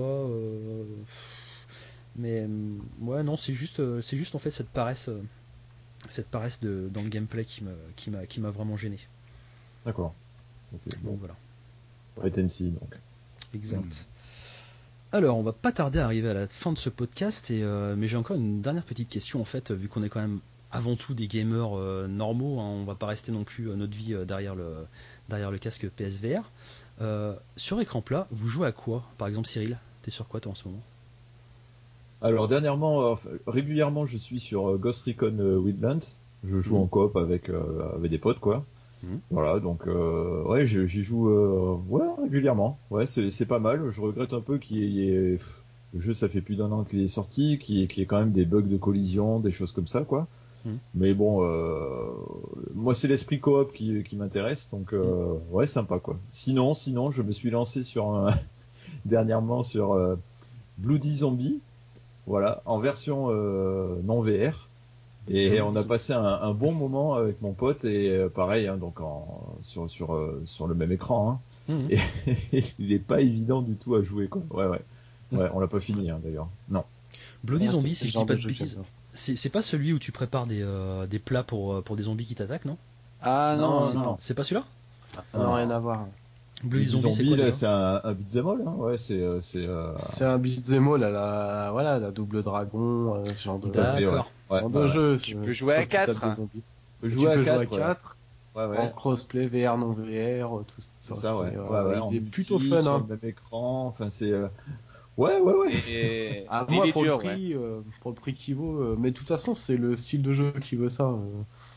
mais ouais, non, c'est juste en fait cette paresse dans le gameplay qui m'a vraiment gêné. D'accord. Okay, donc voilà. Wait and see, donc. Exact. Alors, on va pas tarder à arriver à la fin de ce podcast, mais j'ai encore une dernière petite question en fait, vu qu'on est quand même avant tout des gamers normaux, on va pas rester non plus notre vie derrière le casque PSVR. Sur écran plat, vous jouez à quoi? Par exemple, Cyril, t'es sur quoi toi en ce moment? Alors dernièrement, régulièrement, je suis sur Ghost Recon Wildlands. Je joue en coop avec des potes, quoi. Voilà, donc j'y joue régulièrement. Ouais, c'est pas mal. Je regrette un peu qu'il y ait le jeu, ça fait plus d'1 an qu'il est sorti, qu'il y ait quand même des bugs de collision, des choses comme ça, quoi. Mais bon, moi c'est l'esprit coop qui m'intéresse, donc ouais, sympa, quoi. Sinon, je me suis lancé dernièrement sur Bloody Zombie. Voilà, en version non VR. Et on a passé un bon moment avec mon pote, et pareil, donc sur le même écran. Et il est pas évident du tout à jouer, quoi. Ouais, on l'a pas fini d'ailleurs. Non. Bloody Zombie, si je dis pas de bêtises, c'est pas celui où tu prépares des plats pour des zombies qui t'attaquent, non? Ah non. C'est pas celui-là? Non, rien à voir. Bloody Zombie, c'est quoi déjà? C'est un beat'em all, ouais, c'est un beat'em all à la double dragon, ce genre de jeu. Tu peux jouer à 4. Tu peux jouer à 4. Ouais. En crossplay, VR, non VR, tout ça. C'est ça, ouais. Il est plutôt fun, sur le même écran, enfin c'est ouais. Et moi, pour le prix qu'il vaut, mais de toute façon, c'est le style de jeu qui veut ça.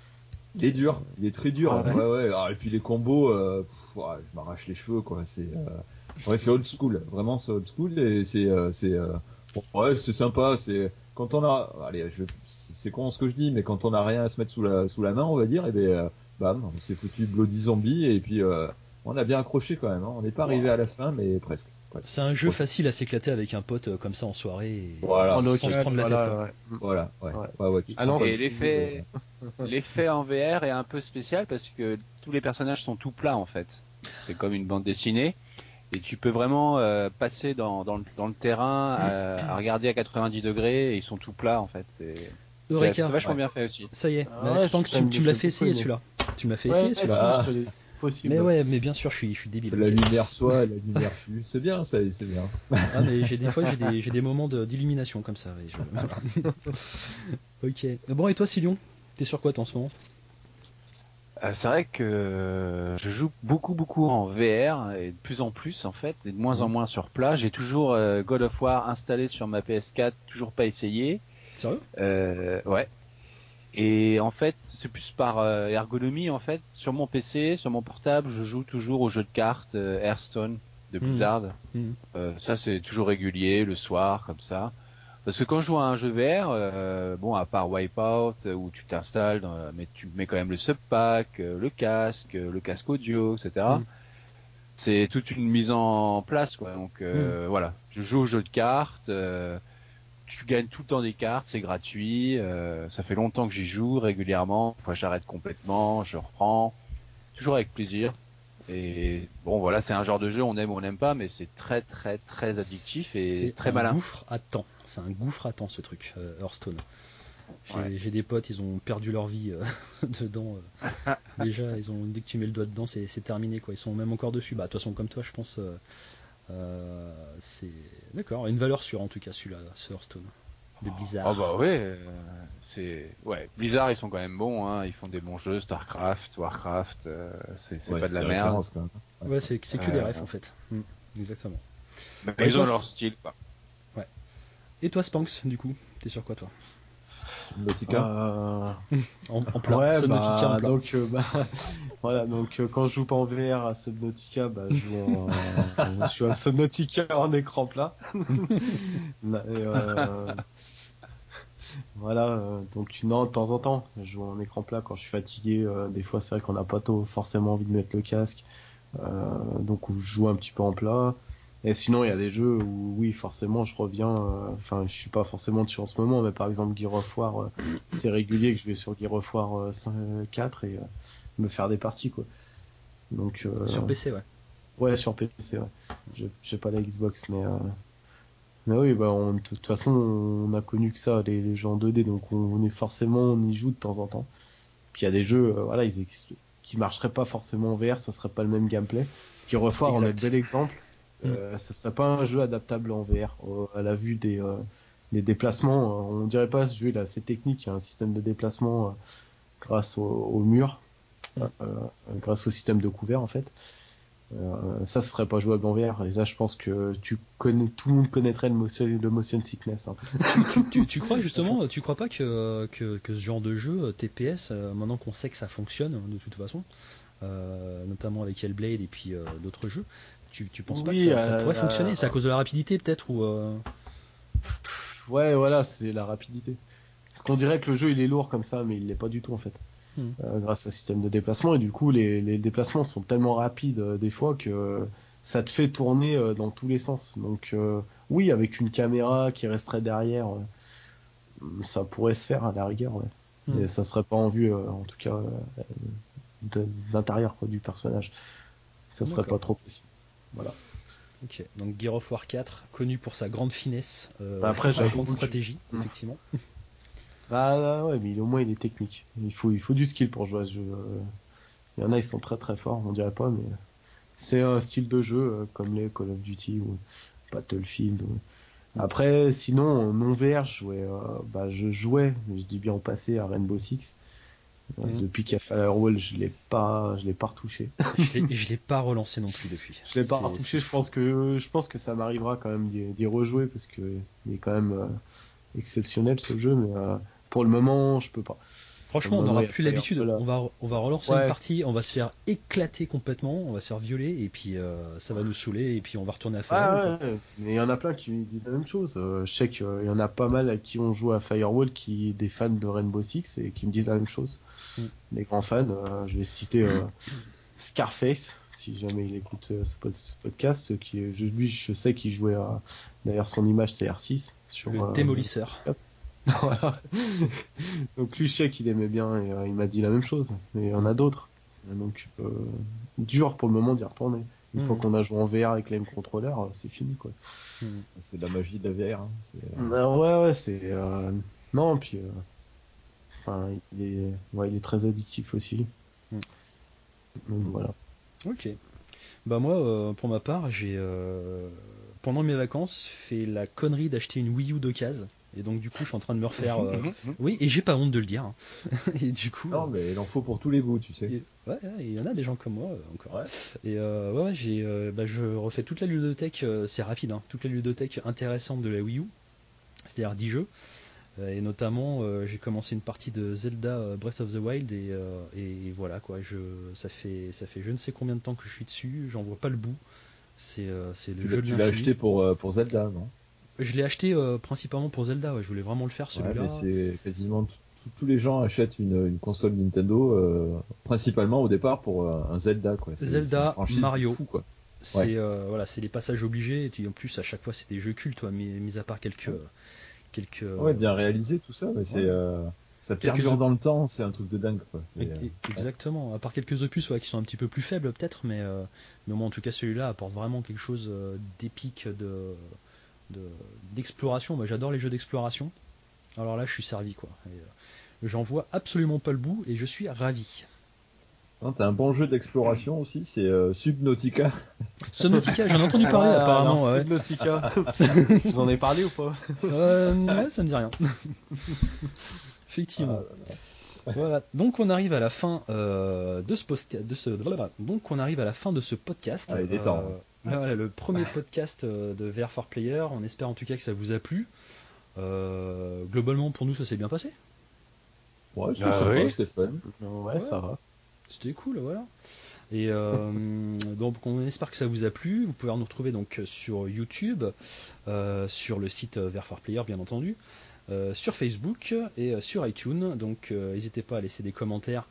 Il est dur, il est très dur. Ah ouais. Alors, et puis les combos, je m'arrache les cheveux quoi. C'est old school. Vraiment c'est old school et c'est sympa. C'est quand on a, allez, c'est con ce que je dis, mais quand on a rien à se mettre sous la main, on va dire, et ben bam, on s'est foutu Bloody Zombie et puis on a bien accroché quand même. Hein. On n'est pas arrivé à la fin, mais presque. C'est un jeu facile à s'éclater avec un pote comme ça en soirée et voilà. sans se prendre la tête. Quoi. Voilà. Ah non, et l'effet en VR est un peu spécial parce que tous les personnages sont tout plats en fait. C'est comme une bande dessinée et tu peux vraiment passer dans le terrain à regarder à 90 degrés et ils sont tout plats en fait. C'est vachement bien fait aussi. Ça y est, Spanx, tu me l'as fait essayer celui-là. Tu m'as fait essayer celui-là. Possible. Mais ouais, mais bien sûr, je suis débile. La lumière soit, la lumière fut. C'est bien, ça, c'est bien. Ah, mais j'ai des moments d'illumination comme ça. Ok. Bon, et toi, Silion, t'es sur quoi toi en ce moment? C'est vrai que je joue beaucoup en VR et de plus en plus en fait, et de moins en moins sur plat. J'ai toujours God of War installé sur ma PS4, toujours pas essayé. Sérieux? Ouais. Et en fait, c'est plus par ergonomie en fait. Sur mon PC, sur mon portable, je joue toujours au jeu de cartes Hearthstone de Blizzard. Ça c'est toujours régulier, le soir comme ça. Parce que quand je joue à un jeu VR, bon, à part Wipeout, où tu t'installes, mais tu mets quand même le subpack, le casque audio, etc. C'est toute une mise en place, quoi. Donc voilà, je joue au jeu de cartes. Tu gagnes tout le temps des cartes, c'est gratuit. Ça fait longtemps que j'y joue régulièrement. Parfois j'arrête complètement, je reprends, toujours avec plaisir. Et bon, voilà, c'est un genre de jeu, on aime ou on n'aime pas, mais c'est très addictif et très malin. C'est un gouffre à temps ce truc, Hearthstone. Ouais. J'ai des potes, ils ont perdu leur vie dedans. Déjà, dès que tu mets le doigt dedans, c'est terminé quoi. Ils sont même encore dessus. Bah, de toute façon, comme toi, je pense. C'est d'accord, une valeur sûre en tout cas celui-là, ce Hearthstone de Blizzard. Oh bah ouais, Blizzard ils sont quand même bons, hein. Ils font des bons jeux, Starcraft, Warcraft, c'est pas de la merde. Quand même. Ouais, c'est que des refs en fait. Exactement. Mais ils ont leur style quoi. Ouais. Et toi Spanx, du coup, t'es sur quoi toi? Subnautica en plat. Ouais, Subnautica en plat. Donc voilà, donc quand je joue pas en VR à Subnautica, je suis à Subnautica en écran plat. Voilà, donc non, de temps en temps, je joue en écran plat quand je suis fatigué. Des fois, c'est vrai qu'on n'a pas forcément envie de mettre le casque, donc je joue un petit peu en plat. Et sinon, il y a des jeux où, oui, forcément, je reviens. Enfin, je suis pas forcément dessus en ce moment, mais par exemple, Gear of War, c'est régulier que je vais sur Gear of War 4 et me faire des parties, quoi. Donc sur PC, ouais. Ouais, sur PC, ouais. J'ai pas la Xbox, mais oui, de toute façon, on a connu que ça, les jeux en 2D, donc on y joue de temps en temps. Puis il y a des jeux, voilà, qui marcheraient pas forcément en VR, ça serait pas le même gameplay. Gear of War, on a le bel exemple. Ça serait pas un jeu adaptable en VR. À la vue des déplacements, on dirait pas ce jeu, il est assez technique, il y a un système de déplacement grâce au mur, grâce au système de couvert en fait. Ça serait pas jouable en VR. Et là, je pense que tout le monde connaîtrait le motion sickness. Hein. Tu crois justement, tu crois pas que ce genre de jeu TPS, maintenant qu'on sait que ça fonctionne de toute façon, notamment avec Hellblade et puis d'autres jeux, tu penses pas que ça pourrait fonctionner? C'est à cause de la rapidité peut-être ou Ouais, voilà, c'est la rapidité. Parce qu'on dirait que le jeu il est lourd comme ça, mais il l'est pas du tout en fait. Grâce au système de déplacement, et du coup les déplacements sont tellement rapides des fois que ça te fait tourner dans tous les sens. Donc oui, avec une caméra qui resterait derrière, ça pourrait se faire à la rigueur, ouais. Mais ça serait pas en vue, en tout cas, de l'intérieur quoi, du personnage. Ça serait pas trop possible. Voilà. Ok, donc Gear of War 4, connu pour sa grande finesse, Après, sa grande stratégie, effectivement. Ah ouais, mais au moins il est technique. Il faut du skill pour jouer à ce jeu. Il y en a, ils sont très forts, on dirait pas, mais c'est un style de jeu comme les Call of Duty ou Battlefield. Après, sinon, non VR, je jouais, je dis bien au passé, à Rainbow Six. Depuis qu'il y a Firewall, je l'ai pas retouché. Je l'ai pas relancé non plus depuis. Je l'ai pas retouché. Je pense que ça m'arrivera quand même d'y rejouer parce que il est quand même exceptionnel ce jeu, mais pour le moment, je peux pas. Franchement, on n'aura plus l'habitude. On va relancer une partie, on va se faire éclater complètement, on va se faire violer, et puis ça va nous saouler, et puis on va retourner à Firewall. Mais il y en a plein qui disent la même chose. Je sais qu'il y en a pas mal à qui on joue à Firewall qui des fans de Rainbow Six et qui me disent la même chose. Les grands fans, je vais citer Scarface, si jamais il écoute ce podcast, lui je sais qu'il jouait à... D'ailleurs son image c'est R6 sur le démolisseur. Voilà. Donc lui je sais qu'il aimait bien et il m'a dit la même chose. Mais il y en a d'autres. Donc dur pour le moment d'y retourner. Une fois qu'on a joué en VR avec l'Aim Controller, c'est fini quoi. C'est de la magie de la VR. Ouais, c'est non puis enfin il est très addictif aussi. Donc voilà. Ok. Bah moi, pour ma part, j'ai pendant mes vacances fait la connerie d'acheter une Wii U d'occasion. Et donc du coup, je suis en train de me refaire. Oui, et j'ai pas honte de le dire. Hein. Et du coup. Non, mais il en faut pour tous les goûts, tu sais. Il y en a des gens comme moi encore. Ouais. Et je refais toute la ludothèque. C'est rapide, hein, toute la ludothèque intéressante de la Wii U. C'est-à-dire 10 jeux. Et notamment, j'ai commencé une partie de Zelda Breath of the Wild et voilà quoi. Ça fait je ne sais combien de temps que je suis dessus. J'en vois pas le bout. C'est le jeu de l'infini. Tu l'as acheté pour Zelda, non? Je l'ai acheté principalement pour Zelda. Ouais, je voulais vraiment le faire celui-là. Ouais, mais c'est quasiment tous les gens achètent une console Nintendo principalement au départ pour un Zelda quoi. Zelda, c'est Mario. fou, quoi. C'est voilà, c'est les passages obligés. Et puis, en plus, à chaque fois, c'est des jeux cultes, mis à part quelques. Ouais, bien réalisé tout ça, mais ça perdure dans le temps, c'est un truc de dingue quoi. Exactement, à part quelques opus qui sont un petit peu plus faibles peut-être, mais au moins en tout cas celui-là apporte vraiment quelque chose d'épique, d'exploration. Moi j'adore les jeux d'exploration, alors là je suis servi quoi. J'en vois absolument pas le bout et je suis ravi. T'as un bon jeu d'exploration aussi, c'est Subnautica. Subnautica, j'en ai entendu parler apparemment. Alors, Subnautica, vous en avez parlé ou pas? Ouais, ça me dit rien. Effectivement. Voilà. Donc on arrive à la fin de ce podcast. Donc on arrive à la fin de ce podcast. Il est temps. Voilà, le premier podcast de VR for Player. On espère en tout cas que ça vous a plu. Globalement pour nous ça s'est bien passé. Ouais, c'était sympa, c'était fun. Ouais, ça va. C'était cool, voilà. Et donc on espère que ça vous a plu. Vous pouvez nous retrouver donc sur YouTube, sur le site VR for Player bien entendu. Sur Facebook et sur iTunes, donc n'hésitez pas à laisser des commentaires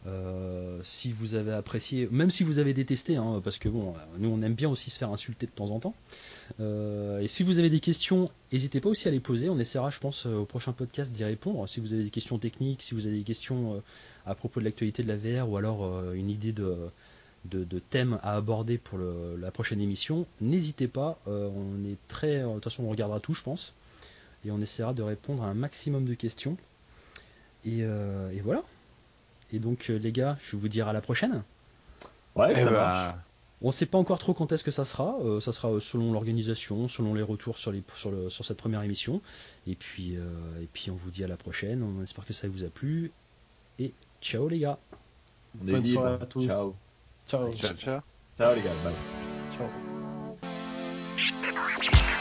si vous avez apprécié, même si vous avez détesté, hein, parce que bon, nous on aime bien aussi se faire insulter de temps en temps. Et si vous avez des questions, n'hésitez pas aussi à les poser, on essaiera je pense au prochain podcast d'y répondre. Si vous avez des questions techniques, si vous avez des questions à propos de l'actualité de la VR ou alors une idée de thème à aborder pour la prochaine émission, n'hésitez pas, on est très, de toute façon on regardera tout je pense. Et on essaiera de répondre à un maximum de questions. Et voilà. Et donc les gars, je vais vous dire à la prochaine. Ouais, ça marche. On ne sait pas encore trop quand est-ce que ça sera. Ça sera selon l'organisation, selon les retours sur cette première émission. Et puis on vous dit à la prochaine. On espère que ça vous a plu. Et ciao les gars. Bonne soirée à tous. Ciao. Ciao. Ciao les gars. Bye. Ciao.